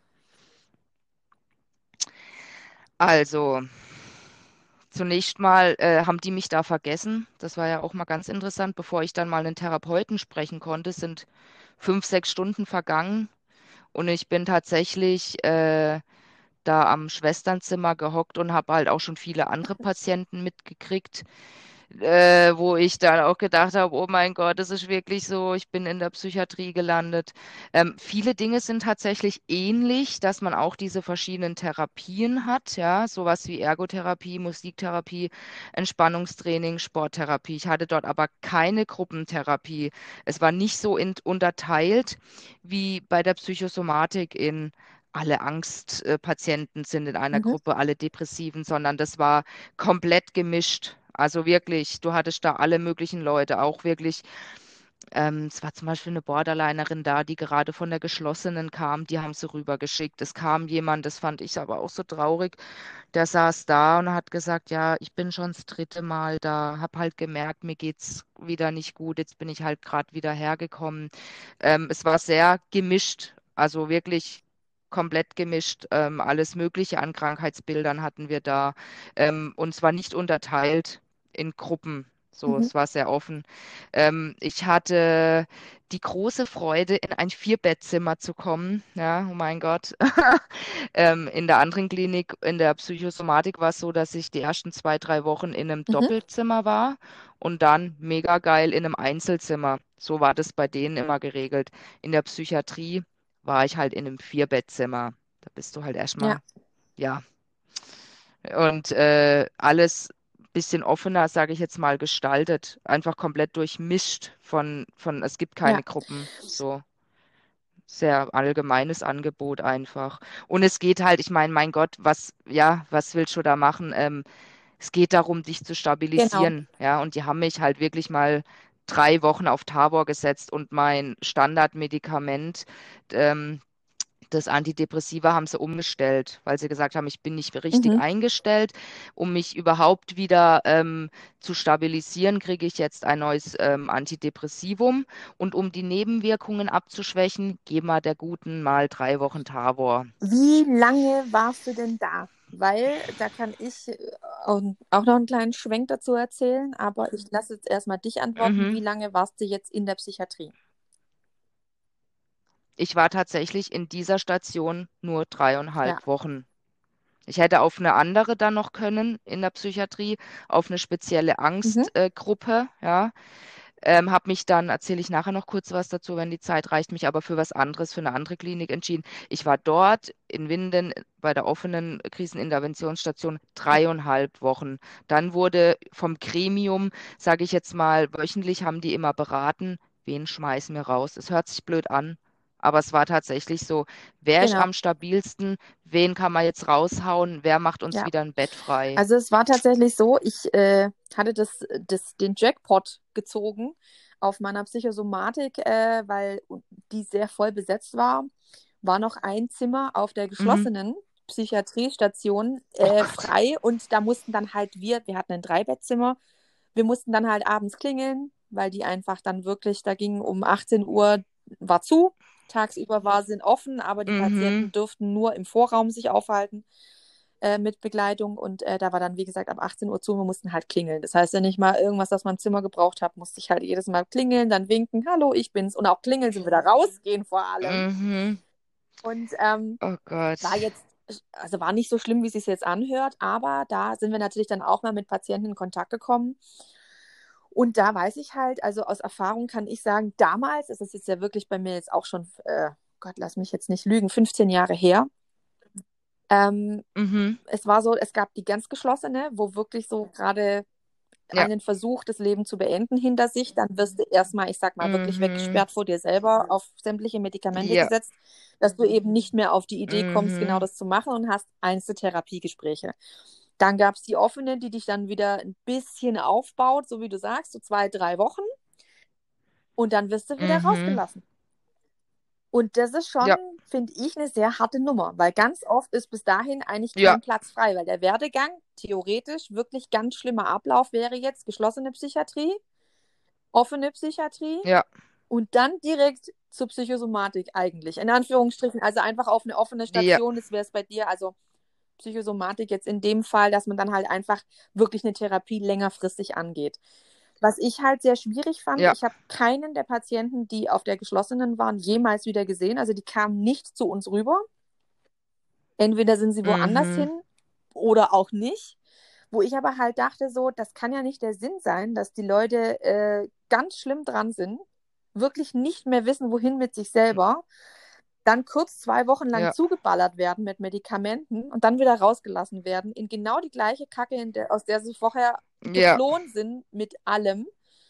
also zunächst mal äh, haben die mich da vergessen. Das war ja auch mal ganz interessant. Bevor ich dann mal einen Therapeuten sprechen konnte, sind fünf, sechs Stunden vergangen und ich bin tatsächlich äh, da am Schwesternzimmer gehockt und habe halt auch schon viele andere Patienten mitgekriegt, äh, wo ich dann auch gedacht habe, oh mein Gott, es ist wirklich so, ich bin in der Psychiatrie gelandet. Ähm, viele Dinge sind tatsächlich ähnlich, dass man auch diese verschiedenen Therapien hat, ja, sowas wie Ergotherapie, Musiktherapie, Entspannungstraining, Sporttherapie. Ich hatte dort aber keine Gruppentherapie. Es war nicht so in, unterteilt wie bei der Psychosomatik in alle Angstpatienten sind in einer Mhm. Gruppe, alle Depressiven, sondern das war komplett gemischt. Also wirklich, du hattest da alle möglichen Leute, auch wirklich, ähm, es war zum Beispiel eine Borderlinerin da, die gerade von der geschlossenen kam, die haben sie rübergeschickt. Es kam jemand, das fand ich aber auch so traurig, der saß da und hat gesagt, ja, ich bin schon das dritte Mal da, habe halt gemerkt, mir geht's wieder nicht gut, jetzt bin ich halt gerade wieder hergekommen. Ähm, es war sehr gemischt, also wirklich komplett gemischt. Ähm, alles Mögliche an Krankheitsbildern hatten wir da. Ähm, und zwar nicht unterteilt in Gruppen. So, Mhm. es war sehr offen. Ähm, ich hatte die große Freude, in ein Vierbettzimmer zu kommen. Ja, oh mein Gott. Ähm, in der anderen Klinik, in der Psychosomatik war es so, dass ich die ersten zwei, drei Wochen in einem Mhm. Doppelzimmer war und dann mega geil in einem Einzelzimmer. So war das bei denen immer geregelt. In der Psychiatrie war ich halt in einem Vierbettzimmer. Da bist du halt Ja, erstmal, ja, und äh, alles bisschen offener, sage ich jetzt mal, gestaltet. Einfach komplett durchmischt von, von, es gibt ja, keine Gruppen. So sehr allgemeines Angebot einfach. Und es geht halt, ich meine, mein Gott, was, ja, was willst du da machen? Ähm, es geht darum, dich zu genau. stabilisieren, ja, und die haben mich halt wirklich mal drei Wochen auf Tabor gesetzt und mein Standardmedikament, ähm, das Antidepressiva haben sie umgestellt, weil sie gesagt haben, ich bin nicht richtig Mhm. eingestellt. Um mich überhaupt wieder ähm, zu stabilisieren, kriege ich jetzt ein neues ähm, Antidepressivum. Und um die Nebenwirkungen abzuschwächen, geben wir der Guten mal drei Wochen Tavor. Wie lange warst du denn da? Weil da kann ich äh, auch auch noch einen kleinen Schwenk dazu erzählen, aber ich lasse jetzt erstmal dich antworten. Wie Mhm. lange warst du jetzt in der Psychiatrie? Ich war tatsächlich in dieser Station nur Ja. dreieinhalb Wochen. Ich hätte auf eine andere dann noch können in der Psychiatrie, auf eine spezielle Mhm. Angstgruppe, äh, Gruppe, ja. Ähm, habe mich dann, erzähle ich nachher noch kurz was dazu, wenn die Zeit reicht, mich aber für was anderes, für eine andere Klinik entschieden. Ich war dort in Winden bei der offenen Kriseninterventionsstation Ja. dreieinhalb Wochen. Dann wurde vom Gremium, sage ich jetzt mal, wöchentlich haben die immer beraten, wen schmeißen wir raus. Es hört sich blöd an, aber es war tatsächlich so, wer ist Genau. am stabilsten, wen kann man jetzt raushauen, wer macht uns Ja. wieder ein Bett frei. Also es war tatsächlich so, ich äh, hatte das, das, den Jackpot gezogen auf meiner Psychosomatik, äh, weil die sehr voll besetzt war. War noch ein Zimmer auf der Mhm. geschlossenen Psychiatriestation Oh äh, Gott. frei und da mussten dann halt wir, wir hatten ein Dreibettzimmer, wir mussten dann halt abends klingeln, weil die einfach dann wirklich, da ging um achtzehn Uhr, war zu, tagsüber war sind offen, aber die Mhm. Patienten durften nur im Vorraum sich aufhalten äh, mit Begleitung und äh, da war dann, wie gesagt, ab achtzehn Uhr zu, wir mussten halt klingeln. Das heißt, wenn ich mal irgendwas aus meinem Zimmer gebraucht habe, musste ich halt jedes Mal klingeln, dann winken, hallo, ich bin's und auch klingeln sind wieder rausgehen vor allem. Mhm. Und ähm, Oh war Gott. jetzt, also war nicht so schlimm, wie es sich jetzt anhört, aber da sind wir natürlich dann auch mal mit Patienten in Kontakt gekommen. Und da weiß ich halt, also aus Erfahrung kann ich sagen, damals, das ist jetzt ja wirklich bei mir jetzt auch schon, äh, Gott, lass mich jetzt nicht lügen, fünfzehn Jahre her, ähm, Mhm. es war so, es gab die ganz geschlossene, wo wirklich so gerade Ja. einen Versuch, das Leben zu beenden hinter sich, dann wirst du erstmal, ich sag mal, wirklich Mhm. weggesperrt vor dir selber, auf sämtliche Medikamente Ja. gesetzt, dass du eben nicht mehr auf die Idee kommst, genau Mhm. das zu machen und hast Einzeltherapiegespräche. Dann gab es die offene, die dich dann wieder ein bisschen aufbaut, so wie du sagst, so zwei, drei Wochen und dann wirst du wieder Mhm. rausgelassen. Und das ist schon, ja, finde ich, eine sehr harte Nummer, weil ganz oft ist bis dahin eigentlich ja, kein Platz frei, weil der Werdegang theoretisch wirklich ganz schlimmer Ablauf wäre jetzt geschlossene Psychiatrie, offene Psychiatrie ja, und dann direkt zur Psychosomatik eigentlich. In Anführungsstrichen, also einfach auf eine offene ja, Station, das wäre es bei dir, also Psychosomatik jetzt in dem Fall, dass man dann halt einfach wirklich eine Therapie längerfristig angeht. Was ich halt sehr schwierig fand, ja, ich habe keinen der Patienten, die auf der geschlossenen waren, jemals wieder gesehen. Also die kamen nicht zu uns rüber. Entweder sind sie woanders mhm, hin oder auch nicht. Wo ich aber halt dachte, so, das kann ja nicht der Sinn sein, dass die Leute äh, ganz schlimm dran sind, wirklich nicht mehr wissen, wohin mit sich selber, dann kurz zwei Wochen lang ja, zugeballert werden mit Medikamenten und dann wieder rausgelassen werden in genau die gleiche Kacke, in der, aus der sie vorher ja, geflohen sind mit allem.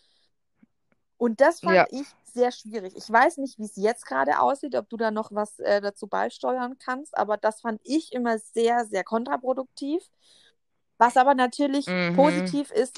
Und das fand ja, ich sehr schwierig. Ich weiß nicht, wie es jetzt gerade aussieht, ob du da noch was äh, dazu beisteuern kannst, aber das fand ich immer sehr, sehr kontraproduktiv. Was aber natürlich mhm, positiv ist,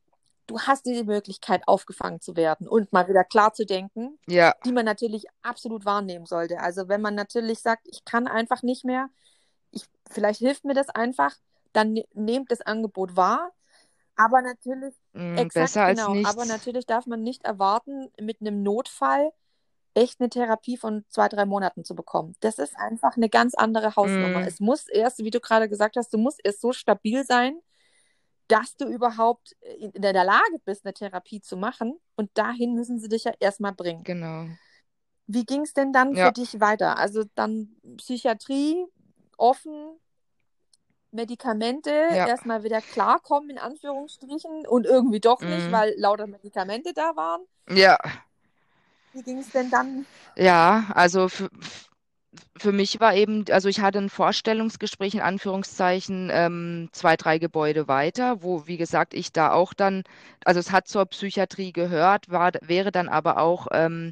du hast die Möglichkeit, aufgefangen zu werden und mal wieder klar zu denken, ja, die man natürlich absolut wahrnehmen sollte. Also wenn man natürlich sagt, ich kann einfach nicht mehr, ich, vielleicht hilft mir das einfach, dann ne nehmt das Angebot wahr. Aber natürlich, mm, exakt besser als genau, aber nichts. natürlich darf man nicht erwarten, mit einem Notfall echt eine Therapie von zwei, drei Monaten zu bekommen. Das ist einfach eine ganz andere Hausnummer. Mm, Es muss erst, wie du gerade gesagt hast, du musst erst so stabil sein, dass du überhaupt in in der Lage bist, eine Therapie zu machen. Und dahin müssen sie dich ja erstmal bringen. genau. Wie ging es denn dann für Ja, dich weiter? Also dann Psychiatrie, offen, Medikamente, ja, erstmal wieder klarkommen, in Anführungsstrichen, und irgendwie doch nicht, mm, weil lauter Medikamente da waren. ja, Wie ging es denn dann? ja, also für, für mich war eben, also ich hatte ein Vorstellungsgespräch in Anführungszeichen ähm, zwei, drei Gebäude weiter, wo, wie gesagt, ich da auch dann, also es hat zur Psychiatrie gehört, war, wäre dann aber auch ähm,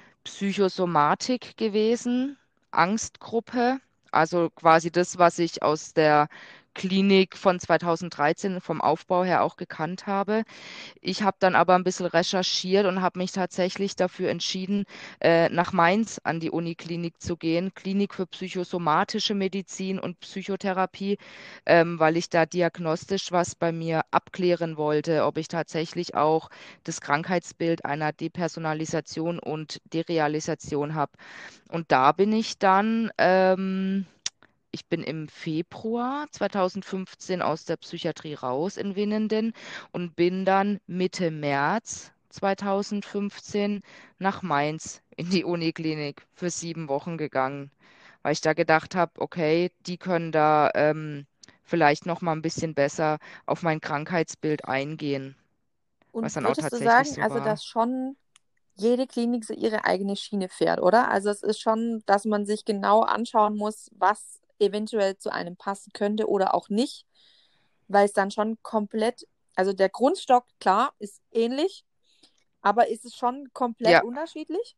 Psychosomatik gewesen, Angstgruppe, also quasi das, was ich aus der Klinik von zweitausenddreizehn vom Aufbau her auch gekannt habe. Ich habe dann aber ein bisschen recherchiert und habe mich tatsächlich dafür entschieden, äh, nach Mainz an die Uniklinik zu gehen, Klinik für psychosomatische Medizin und Psychotherapie, ähm, weil ich da diagnostisch was bei mir abklären wollte, ob ich tatsächlich auch das Krankheitsbild einer Depersonalisation und Derealisation habe. Und da bin ich dann ähm, ich bin im Februar zweitausendfünfzehn aus der Psychiatrie raus in Winnenden und bin dann Mitte März zweitausendfünfzehn nach Mainz in die Uniklinik für sieben Wochen gegangen, weil ich da gedacht habe, okay, die können da ähm, vielleicht noch mal ein bisschen besser auf mein Krankheitsbild eingehen, was Und dann auch würdest du tatsächlich sagen, so also war. dass schon jede Klinik so ihre eigene Schiene fährt, oder? Also es ist schon, dass man sich genau anschauen muss, was eventuell zu einem passen könnte oder auch nicht, weil es dann schon komplett, also der Grundstock, klar, ist ähnlich, aber ist es schon komplett Ja, unterschiedlich?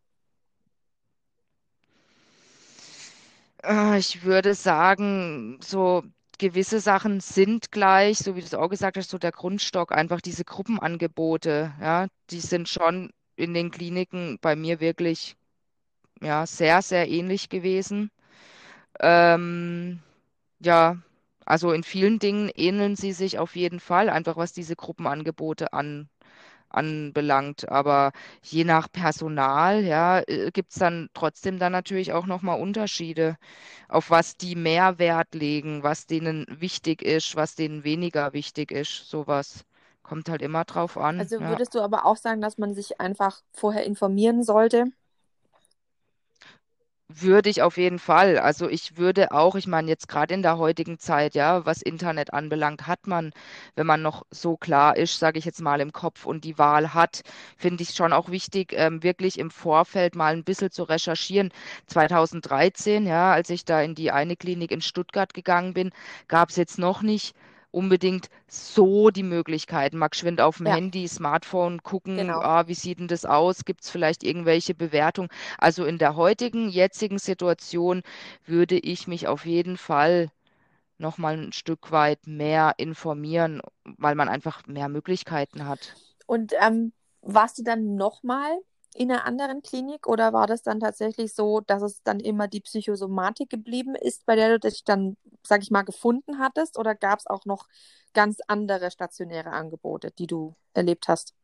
Äh, ich würde sagen, so gewisse Sachen sind gleich, so wie du es auch gesagt hast, so der Grundstock, einfach diese Gruppenangebote, ja, die sind schon in den Kliniken bei mir wirklich, ja, sehr, sehr ähnlich gewesen. Ähm, ja, also in vielen Dingen ähneln sie sich auf jeden Fall, einfach was diese Gruppenangebote an anbelangt. Aber je nach Personal, ja, gibt es dann trotzdem dann natürlich auch nochmal Unterschiede, auf was die mehr Wert legen, was denen wichtig ist, was denen weniger wichtig ist. Sowas kommt halt immer drauf an, Also ja. würdest du aber auch sagen, dass man sich einfach vorher informieren sollte? Würde ich auf jeden Fall. Also ich würde auch, ich meine, jetzt gerade in der heutigen Zeit, ja, was Internet anbelangt, hat man, wenn man noch so klar ist, sage ich jetzt mal im Kopf und die Wahl hat, finde ich schon auch wichtig, ähm, wirklich im Vorfeld mal ein bisschen zu recherchieren. zweitausenddreizehn, ja, als ich da in die eine Klinik in Stuttgart gegangen bin, gab es jetzt noch nicht unbedingt so die Möglichkeiten. Mal geschwind auf dem Ja, Handy, Smartphone gucken, genau. ah, wie sieht denn das aus? Gibt es vielleicht irgendwelche Bewertungen? Also in der heutigen, jetzigen Situation würde ich mich auf jeden Fall noch mal ein Stück weit mehr informieren, weil man einfach mehr Möglichkeiten hat. Und ähm, warst du dann nochmal in einer anderen Klinik oder war das dann tatsächlich so, dass es dann immer die Psychosomatik geblieben ist, bei der du dich dann, sag ich mal, gefunden hattest? Oder gab es auch noch ganz andere stationäre Angebote, die du erlebt hast?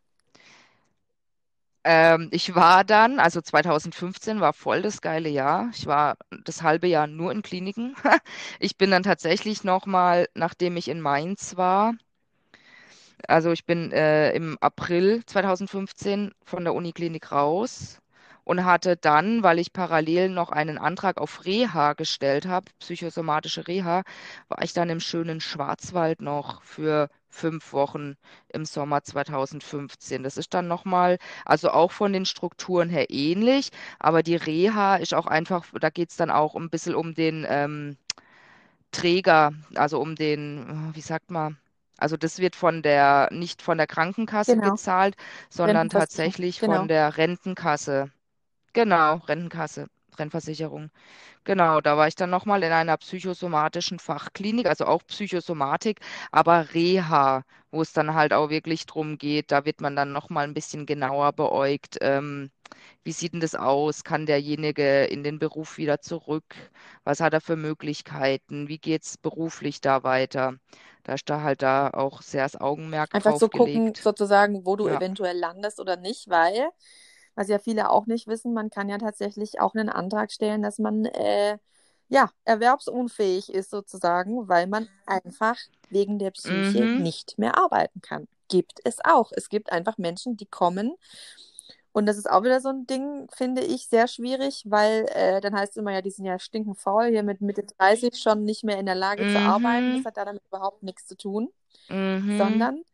Ähm, ich war dann, also zwanzig fünfzehn war voll das geile Jahr. Ich war das halbe Jahr nur in Kliniken. Ich bin dann tatsächlich nochmal, nachdem ich in Mainz war, also ich bin äh, im April zwanzig fünfzehn von der Uniklinik raus und hatte dann, weil ich parallel noch einen Antrag auf Reha gestellt habe, psychosomatische Reha, war ich dann im schönen Schwarzwald noch für fünf Wochen im Sommer zwanzig fünfzehn. Das ist dann nochmal, also auch von den Strukturen her ähnlich, aber die Reha ist auch einfach, da geht es dann auch ein bisschen um den ähm, Träger, also um den, äh, wie sagt man, also das wird von der, nicht von der Krankenkasse Genau, gezahlt, sondern Rentenversicherung. tatsächlich von Genau. der Rentenkasse. Genau, Rentenkasse, Rentenversicherung. Genau, da war ich dann nochmal in einer psychosomatischen Fachklinik, also auch Psychosomatik, aber Reha, wo es dann halt auch wirklich drum geht, da wird man dann nochmal ein bisschen genauer beäugt. Ähm, wie sieht denn das aus? Kann derjenige in den Beruf wieder zurück? Was hat er für Möglichkeiten? Wie geht es beruflich da weiter? Da ist da halt da auch sehr das Augenmerk Einfach so drauf gucken, gelegt. sozusagen, wo du Ja. eventuell landest oder nicht, weil, was ja viele auch nicht wissen, man kann ja tatsächlich auch einen Antrag stellen, dass man äh, ja, erwerbsunfähig ist sozusagen, weil man einfach wegen der Psyche Mhm. nicht mehr arbeiten kann. Gibt es auch. Es gibt einfach Menschen, die kommen. Und das ist auch wieder so ein Ding, finde ich, sehr schwierig, weil äh, dann heißt es immer, ja, die sind ja stinkenfaul, hier mit Mitte dreißig schon nicht mehr in der Lage zu arbeiten. Das Mhm. hat da damit überhaupt nichts zu tun, Mhm. sondern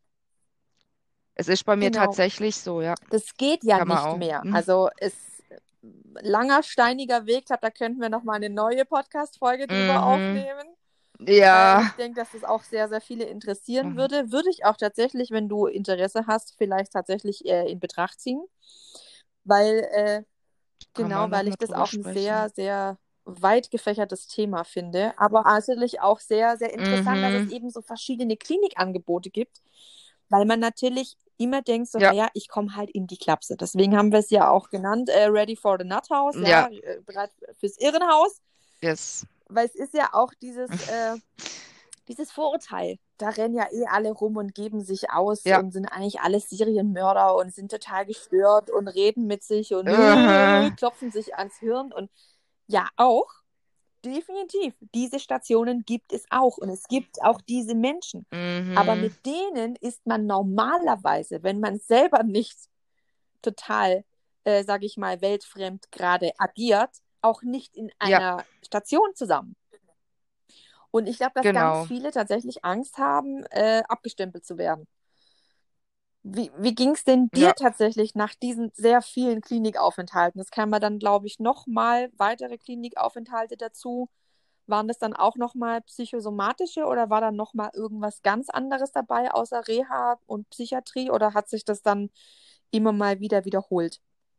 Es ist bei mir genau, tatsächlich so, ja. das geht ja Kann man nicht auch. mehr. Mhm. Also es langer, steiniger Weg. Ich glaube, da könnten wir noch mal eine neue Podcast-Folge drüber Mhm. aufnehmen, weil Ja. ich denke, dass das auch sehr, sehr viele interessieren Mhm. würde. Würde ich auch tatsächlich, wenn du Interesse hast, vielleicht tatsächlich äh, in Betracht ziehen, weil äh, Kann man genau, noch weil ich mal das drüber auch ein sehr, sprechen. sehr weit gefächertes Thema finde, aber natürlich auch sehr, sehr interessant, dass es Mhm. eben so verschiedene Klinikangebote gibt, weil man natürlich immer denkt, so, Ja. naja, ich komme halt in die Klapse. Deswegen haben wir es ja auch genannt, äh, Ready for the Nut House, Ja. ja, äh, bereit fürs Irrenhaus, Yes. weil es ist ja auch dieses, äh, dieses Vorurteil. Da rennen ja eh alle rum und geben sich aus Ja. und sind eigentlich alles Serienmörder und sind total gestört und reden mit sich und äh, Mhm. klopfen sich ans Hirn und ja, auch. Definitiv. Diese Stationen gibt es auch und es gibt auch diese Menschen. Aber Mhm. mit denen ist man normalerweise, wenn man selber nicht total, äh, sage ich mal, weltfremd gerade agiert, auch nicht in Ja, einer Station zusammen. Und ich glaube, dass ganz genau. viele tatsächlich Angst haben, äh, abgestempelt zu werden. Wie, wie ging es denn dir Ja. tatsächlich nach diesen sehr vielen Klinikaufenthalten? Es kamen dann, glaube ich, nochmal weitere Klinikaufenthalte dazu. Waren das dann auch nochmal psychosomatische oder war dann nochmal irgendwas ganz anderes dabei außer Reha und Psychiatrie oder hat sich das dann immer mal wieder wiederholt?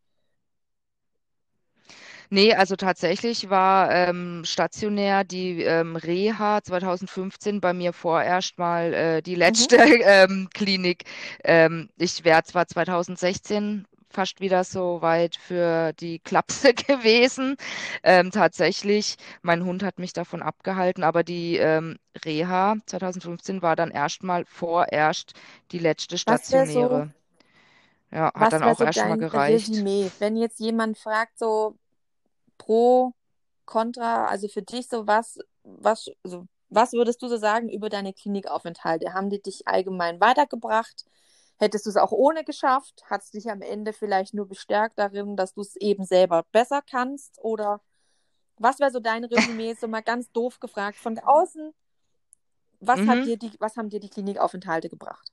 Nee, also tatsächlich war ähm, stationär die ähm, Reha zwanzig fünfzehn bei mir vorerst mal äh, die Mhm. letzte ähm, Klinik. Ähm, ich wäre zwar zwanzig sechzehn fast wieder so weit für die Klapse gewesen. Ähm, tatsächlich, mein Hund hat mich davon abgehalten, aber die ähm, Reha zwanzig fünfzehn war dann erstmal vorerst die letzte Was wäre so, stationäre. Ja, hat was dann wäre auch so erstmal dein gereicht. Resümee, wenn jetzt jemand fragt, so pro, contra, also für dich so was, was, so, was würdest du so sagen über deine Klinikaufenthalte? Haben die dich allgemein weitergebracht? Hättest du es auch ohne geschafft? Hat es dich am Ende vielleicht nur bestärkt darin, dass du es eben selber besser kannst? Oder was wäre so dein Resümee, so mal ganz doof gefragt von außen? Was hat Mhm. dir die, was haben dir die Klinikaufenthalte gebracht?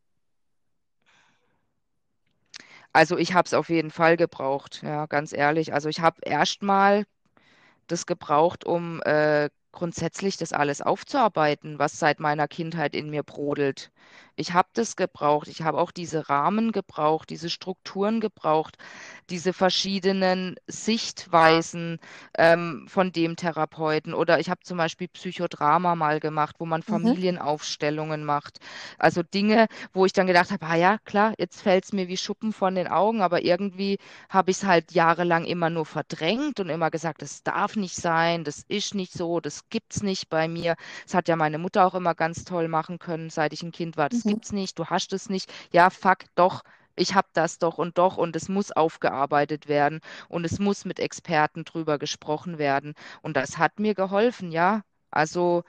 Also ich habe es auf jeden Fall gebraucht, ja, ganz ehrlich. Also ich habe erstmal das gebraucht, um äh, grundsätzlich das alles aufzuarbeiten, was seit meiner Kindheit in mir brodelt. Ich habe das gebraucht. Ich habe auch diese Rahmen gebraucht, diese Strukturen gebraucht, diese verschiedenen Sichtweisen ähm, von dem Therapeuten. Oder ich habe zum Beispiel Psychodrama mal gemacht, wo man Mhm. Familienaufstellungen macht. Also Dinge, wo ich dann gedacht habe, ah ja, klar, jetzt fällt es mir wie Schuppen von den Augen, aber irgendwie habe ich es halt jahrelang immer nur verdrängt und immer gesagt, das darf nicht sein, das ist nicht so, das gibt's nicht bei mir. Das hat ja meine Mutter auch immer ganz toll machen können, seit ich ein Kind war. Das Mhm. gibt's nicht, du hast es nicht. Ja, fuck, doch. Ich habe das doch und doch und es muss aufgearbeitet werden und es muss mit Experten drüber gesprochen werden. Und das hat mir geholfen, ja. Also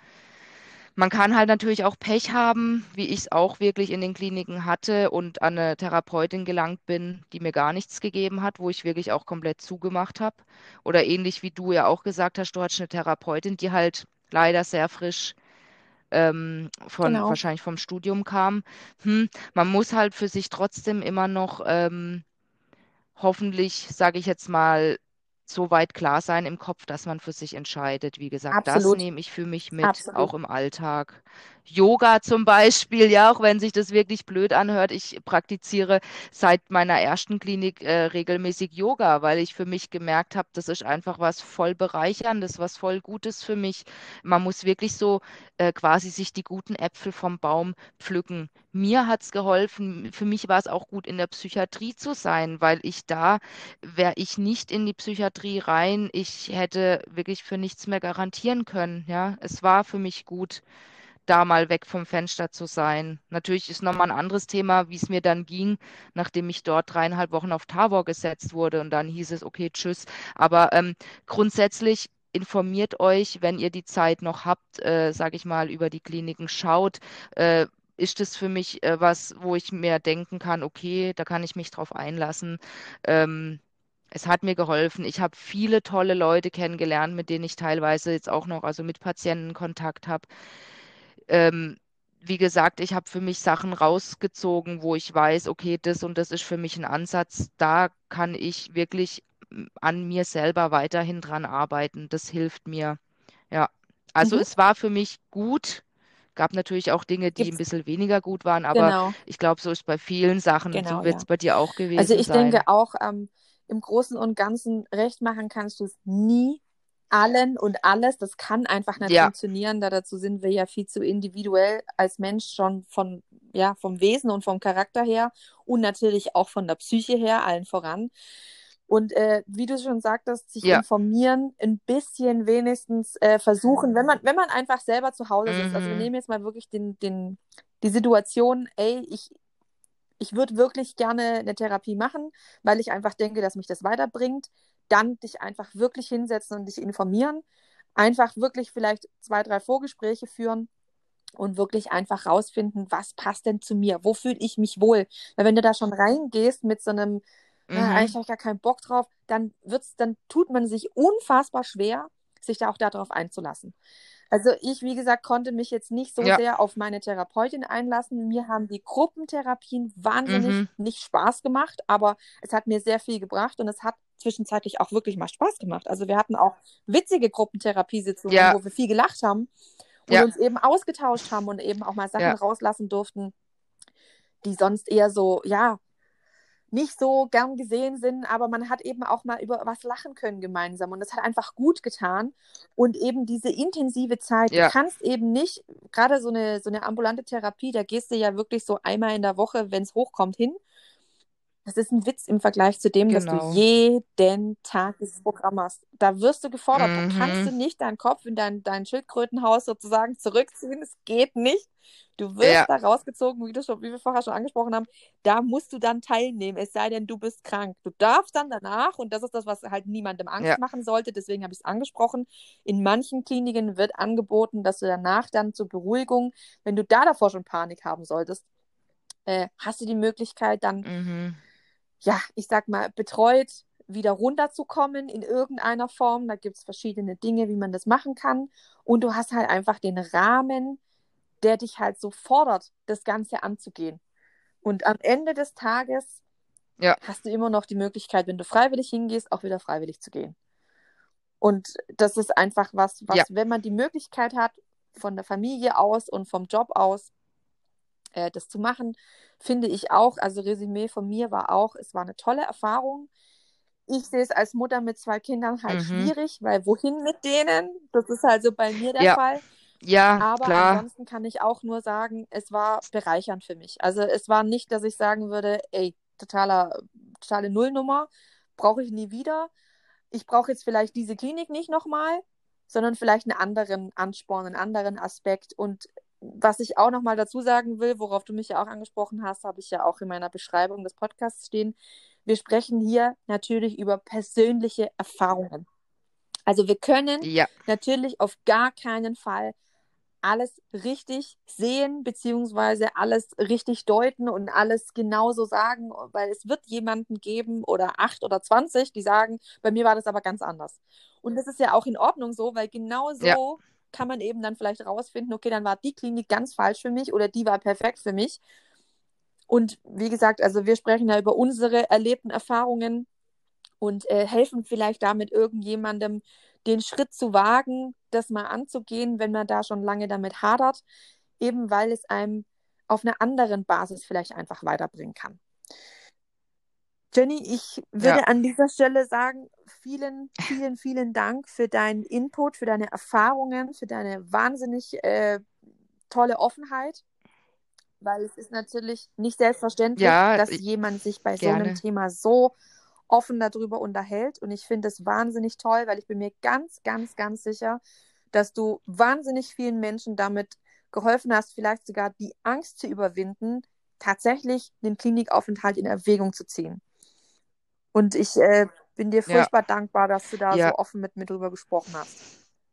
man kann halt natürlich auch Pech haben, wie ich es auch wirklich in den Kliniken hatte und an eine Therapeutin gelangt bin, die mir gar nichts gegeben hat, wo ich wirklich auch komplett zugemacht habe. Oder ähnlich wie du ja auch gesagt hast, du hattest eine Therapeutin, die halt leider sehr frisch ähm, von Genau. wahrscheinlich vom Studium kam. Hm, man muss halt für sich trotzdem immer noch ähm, hoffentlich, sage ich jetzt mal, so weit klar sein im Kopf, dass man für sich entscheidet. Wie gesagt, das Absolut. nehme ich für mich mit, auch Absolut. im Alltag. Yoga zum Beispiel, ja, auch wenn sich das wirklich blöd anhört. Ich praktiziere seit meiner ersten Klinik äh, regelmäßig Yoga, weil ich für mich gemerkt habe, das ist einfach was voll Bereicherndes, was voll Gutes für mich. Man muss wirklich so äh, quasi sich die guten Äpfel vom Baum pflücken. Mir hat es geholfen, für mich war es auch gut, in der Psychiatrie zu sein, weil ich da, wäre ich nicht in die Psychiatrie rein, ich hätte wirklich für nichts mehr garantieren können. Ja, es war für mich gut, da mal weg vom Fenster zu sein. Natürlich ist nochmal ein anderes Thema, wie es mir dann ging, nachdem ich dort dreieinhalb Wochen auf Tavor gesetzt wurde und dann hieß es, okay, tschüss. Aber ähm, grundsätzlich informiert euch, wenn ihr die Zeit noch habt, äh, sage ich mal, über die Kliniken schaut. Äh, ist es für mich äh, was, wo ich mir denken kann, okay, da kann ich mich drauf einlassen. Ähm, Es hat mir geholfen. Ich habe viele tolle Leute kennengelernt, mit denen ich teilweise jetzt auch noch, also mit Patienten Kontakt habe. Ähm, Wie gesagt, ich habe für mich Sachen rausgezogen, wo ich weiß, okay, das und das ist für mich ein Ansatz. Da kann ich wirklich mm, an mir selber weiterhin dran arbeiten. Das hilft mir. Ja, also Mhm. es war für mich gut. Gab natürlich auch Dinge, die ein Gibt's. bisschen weniger gut waren, aber Genau. ich glaube, so ist bei vielen Sachen. Genau, So wird es ja. bei dir auch Also gewesen ich denke sein. auch, ähm, im Großen und Ganzen recht machen kannst du es nie allen und alles. Das kann einfach nicht Ja, funktionieren, da dazu sind wir ja viel zu individuell als Mensch schon von, ja, vom Wesen und vom Charakter her und natürlich auch von der Psyche her, allen voran. Und äh, wie du schon sagtest, sich ja, informieren, ein bisschen wenigstens äh, versuchen, wenn man, wenn man einfach selber zu Hause sitzt. Also wir mhm, nehmen jetzt mal wirklich den, den, die Situation, ey, ich, ich würde wirklich gerne eine Therapie machen, weil ich einfach denke, dass mich das weiterbringt. Dann dich einfach wirklich hinsetzen und dich informieren. Einfach wirklich vielleicht zwei, drei Vorgespräche führen und wirklich einfach rausfinden, was passt denn zu mir? Wo fühle ich mich wohl? Weil wenn du da schon reingehst mit so einem, ah, eigentlich mhm, habe ich gar keinen Bock drauf, dann wird's, dann tut man sich unfassbar schwer, sich da auch darauf einzulassen. Also ich, wie gesagt, konnte mich jetzt nicht so ja, sehr auf meine Therapeutin einlassen. Mir haben die Gruppentherapien wahnsinnig mhm, nicht Spaß gemacht, aber es hat mir sehr viel gebracht und es hat zwischenzeitlich auch wirklich mal Spaß gemacht. Also wir hatten auch witzige Gruppentherapiesitzungen, ja, wo wir viel gelacht haben und ja, uns eben ausgetauscht haben und eben auch mal Sachen ja, rauslassen durften, die sonst eher so, ja, nicht so gern gesehen sind, aber man hat eben auch mal über was lachen können gemeinsam und das hat einfach gut getan und eben diese intensive Zeit, du ja, kannst eben nicht, gerade so eine, so eine ambulante Therapie, da gehst du ja wirklich so einmal in der Woche, wenn es hochkommt, hin. Das ist ein Witz im Vergleich zu dem, dass du genau. jeden Tag dieses Programm hast. Da wirst du gefordert. Da kannst Mhm, du nicht deinen Kopf in dein, dein Schildkrötenhaus sozusagen zurückziehen. Es geht nicht. Du ja, wirst da rausgezogen, wie, du schon, wie wir vorher schon angesprochen haben. Da musst du dann teilnehmen, es sei denn, du bist krank. Du darfst dann danach, und das ist das, was halt niemandem Angst ja, machen sollte, deswegen habe ich es angesprochen, in manchen Kliniken wird angeboten, dass du danach dann zur Beruhigung, wenn du da davor schon Panik haben solltest, äh, hast du die Möglichkeit, dann mhm, ja, ich sag mal, betreut wieder runterzukommen in irgendeiner Form. Da gibt es verschiedene Dinge, wie man das machen kann. Und du hast halt einfach den Rahmen, der dich halt so fordert, das Ganze anzugehen. Und am Ende des Tages ja, hast du immer noch die Möglichkeit, wenn du freiwillig hingehst, auch wieder freiwillig zu gehen. Und das ist einfach was, Ja. was, wenn man die Möglichkeit hat, von der Familie aus und vom Job aus, äh, das zu machen, finde ich auch, also Resümee von mir war auch, es war eine tolle Erfahrung. Ich sehe es als Mutter mit zwei Kindern halt Mhm. schwierig, weil wohin mit denen? Das ist also bei mir der Ja. Fall. Ja, Aber klar. ansonsten kann ich auch nur sagen, es war bereichernd für mich. Also es war nicht, dass ich sagen würde, ey, totaler, totale Nullnummer, brauche ich nie wieder. Ich brauche jetzt vielleicht diese Klinik nicht nochmal, sondern vielleicht einen anderen Ansporn, einen anderen Aspekt. Und was ich auch nochmal dazu sagen will, worauf du mich ja auch angesprochen hast, habe ich ja auch in meiner Beschreibung des Podcasts stehen. Wir sprechen hier natürlich über persönliche Erfahrungen. Also wir können Ja. natürlich auf gar keinen Fall alles richtig sehen, beziehungsweise alles richtig deuten und alles genauso sagen, weil es wird jemanden geben oder acht oder zwanzig, die sagen, bei mir war das aber ganz anders. Und das ist ja auch in Ordnung so, weil genau Ja. so kann man eben dann vielleicht rausfinden, okay, dann war die Klinik ganz falsch für mich oder die war perfekt für mich. Und wie gesagt, also wir sprechen ja über unsere erlebten Erfahrungen und äh, helfen vielleicht damit irgendjemandem, den Schritt zu wagen, das mal anzugehen, wenn man da schon lange damit hadert, eben weil es einem auf einer anderen Basis vielleicht einfach weiterbringen kann. Jenny, ich Ja. würde an dieser Stelle sagen, vielen, vielen, vielen Dank für deinen Input, für deine Erfahrungen, für deine wahnsinnig äh, tolle Offenheit, weil es ist natürlich nicht selbstverständlich, Ja, dass i- jemand sich bei so einem gerne. Thema so offen darüber unterhält. Und ich finde es wahnsinnig toll, weil ich bin mir ganz, ganz, ganz sicher, dass du wahnsinnig vielen Menschen damit geholfen hast, vielleicht sogar die Angst zu überwinden, tatsächlich den Klinikaufenthalt in Erwägung zu ziehen. Und ich äh, bin dir Ja. furchtbar dankbar, dass du da Ja. so offen mit mir drüber gesprochen hast.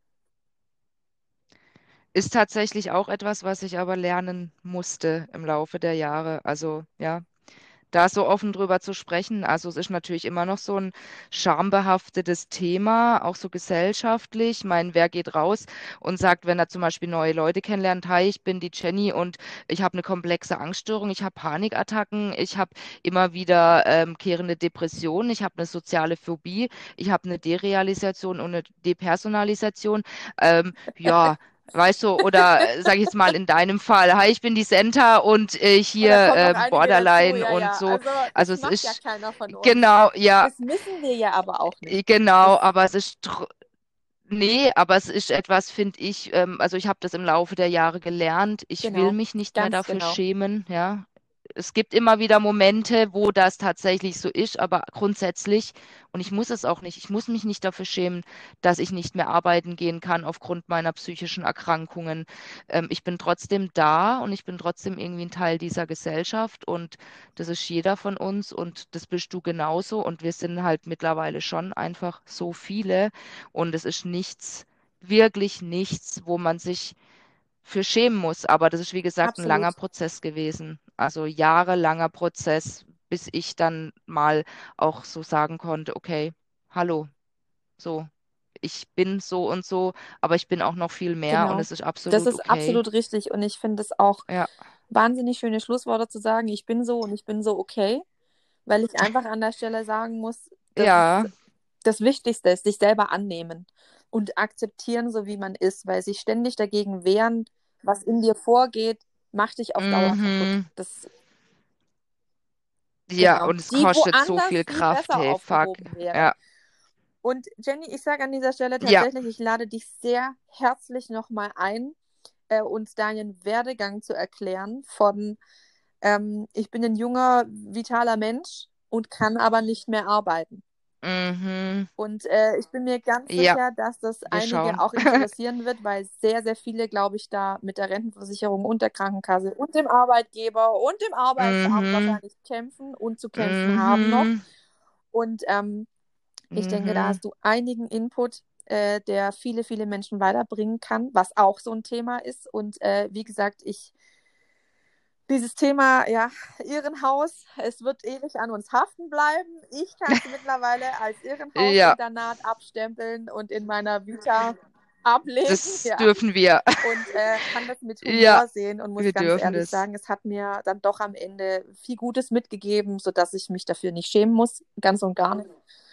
Ist tatsächlich auch etwas, was ich aber lernen musste im Laufe der Jahre. Also, ja, da so offen drüber zu sprechen. Also es ist natürlich immer noch so ein schambehaftetes Thema, auch so gesellschaftlich. Ich meine, wer geht raus und sagt, wenn er zum Beispiel neue Leute kennenlernt, hi, ich bin die Jenny und ich habe eine komplexe Angststörung, ich habe Panikattacken, ich habe immer wieder ähm, kehrende Depressionen, ich habe eine soziale Phobie, ich habe eine Derealisation und eine Depersonalisation. Ähm, ja. Weißt du, oder sage ich jetzt mal in deinem Fall, hi, ich bin die Senta und äh, Und hier da kommt noch äh, einige dazu, Borderline ja, und ja. so. Also Also das es macht ja ist keiner von uns. genau, ja, Das müssen wir ja aber auch äh, nicht. Das, genau, aber es ist tr- nee, aber es ist etwas, finde ich, ähm, also ich habe das im Laufe der Jahre gelernt. Ich will genau, mich nicht mehr ganz dafür genau. schämen, ja. Es gibt immer wieder Momente, wo das tatsächlich so ist, aber grundsätzlich, und ich muss es auch nicht, ich muss mich nicht dafür schämen, dass ich nicht mehr arbeiten gehen kann aufgrund meiner psychischen Erkrankungen. Ähm, ich bin trotzdem da und ich bin trotzdem irgendwie ein Teil dieser Gesellschaft und das ist jeder von uns und das bist du genauso und wir sind halt mittlerweile schon einfach so viele. Und es ist nichts, wirklich nichts, wo man sich für schämen muss. Aber das ist, wie gesagt, ein langer Absolut. Prozess gewesen. Also jahrelanger Prozess, bis ich dann mal auch so sagen konnte, okay, hallo, so, ich bin so und so, aber ich bin auch noch viel mehr und Genau. es ist Das absolut ist okay. absolut richtig. Und ich finde es auch Ja, wahnsinnig schöne Schlussworte zu sagen, ich bin so und ich bin so okay, weil ich einfach an der Stelle sagen muss, dass es ja, das Wichtigste ist, sich selber annehmen und akzeptieren, so wie man ist, weil sich ständig dagegen wehren, was in dir vorgeht, macht dich auf Dauer kaputt. mhm. Das, Ja, genau. und es Die kostet so woanders viel viel Kraft, besser hey, fuck. aufgehoben wäre. Ja, Und Jenny, ich sage an dieser Stelle ja, tatsächlich, ich lade dich sehr herzlich nochmal ein, äh, uns deinen Werdegang zu erklären von ähm, ich bin ein junger, vitaler Mensch und kann aber nicht mehr arbeiten. mhm. Und äh, ich bin mir ganz Ja, sicher, dass das wir einige schauen. auch interessieren wird, weil sehr, sehr viele, glaube ich, da mit der Rentenversicherung und der Krankenkasse und dem Arbeitgeber und dem Arbeitsamt Mhm. wahrscheinlich kämpfen und zu kämpfen haben noch. Mhm. Und ähm, ich denke, da Mhm. hast du einigen Input, äh, der viele, viele Menschen weiterbringen kann, was auch so ein Thema ist. Und äh, wie gesagt, ich dieses Thema, ja, Irrenhaus, es wird ewig an uns haften bleiben. Ich kann es mittlerweile als Ja, Irrenhausinternat abstempeln und in meiner Vita ablegen, das ja. dürfen wir. Und äh, kann das mit Ja, Humor sehen und muss wir ganz dürfen ehrlich das. sagen, es hat mir dann doch am Ende viel Gutes mitgegeben, sodass ich mich dafür nicht schämen muss, ganz und gar nicht.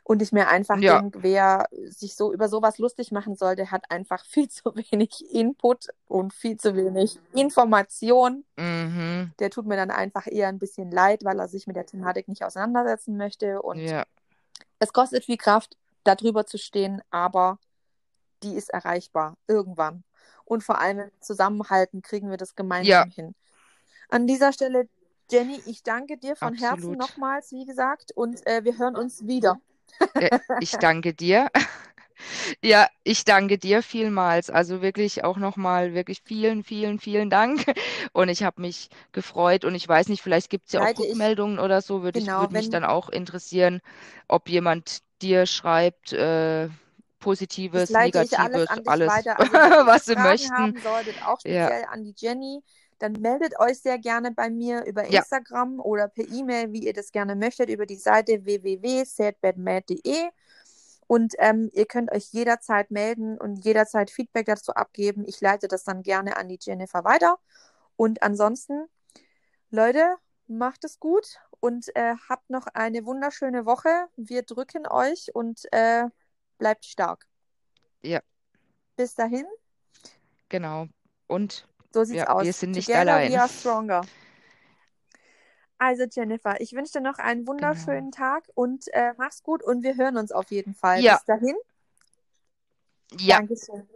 Und ich mir einfach Ja. denke, wer sich so über sowas lustig machen sollte, hat einfach viel zu wenig Input und viel zu wenig Information. Mhm. Der tut mir dann einfach eher ein bisschen leid, weil er sich mit der Thematik nicht auseinandersetzen möchte. Und Ja. es kostet viel Kraft, da drüber zu stehen, aber die ist erreichbar irgendwann. Und vor allem im Zusammenhalten kriegen wir das Ja, gemeinsam hin. An dieser Stelle, Jenny, ich danke dir von Herzen absolut. nochmals, wie gesagt, und äh, wir hören uns wieder. Äh, ich danke dir. Ja, ich danke dir vielmals. Also wirklich auch nochmal wirklich vielen, vielen, vielen Dank. Und ich habe mich gefreut und ich weiß nicht, vielleicht gibt es ja auch Leite ich, Rückmeldungen oder so. Würde ich, genau, würde mich wenn dann auch interessieren, ob jemand dir schreibt, äh, das Positives, leite ich alles Negatives, an dich alles, weiter. Also wenn ihr was sie Fragen möchten. haben solltet, auch Ja, speziell an die Jenny, dann meldet euch sehr gerne bei mir über ja, Instagram oder per E-Mail, wie ihr das gerne möchtet, über die Seite w w w punkt sadbadmad punkt de. Und ähm, ihr könnt euch jederzeit melden und jederzeit Feedback dazu abgeben. Ich leite das dann gerne an die Jennifer weiter. Und ansonsten, Leute, macht es gut und äh, habt noch eine wunderschöne Woche. Wir drücken euch und äh, bleibt stark. ja, Bis dahin, genau. Und so sieht's ja, wir aus. sind nicht Together we allein. are stronger. Also Jennifer, ich wünsche dir noch einen Genau. wunderschönen Tag und äh, mach's gut und wir hören uns auf jeden Fall. Ja, Bis dahin. ja. Dankeschön.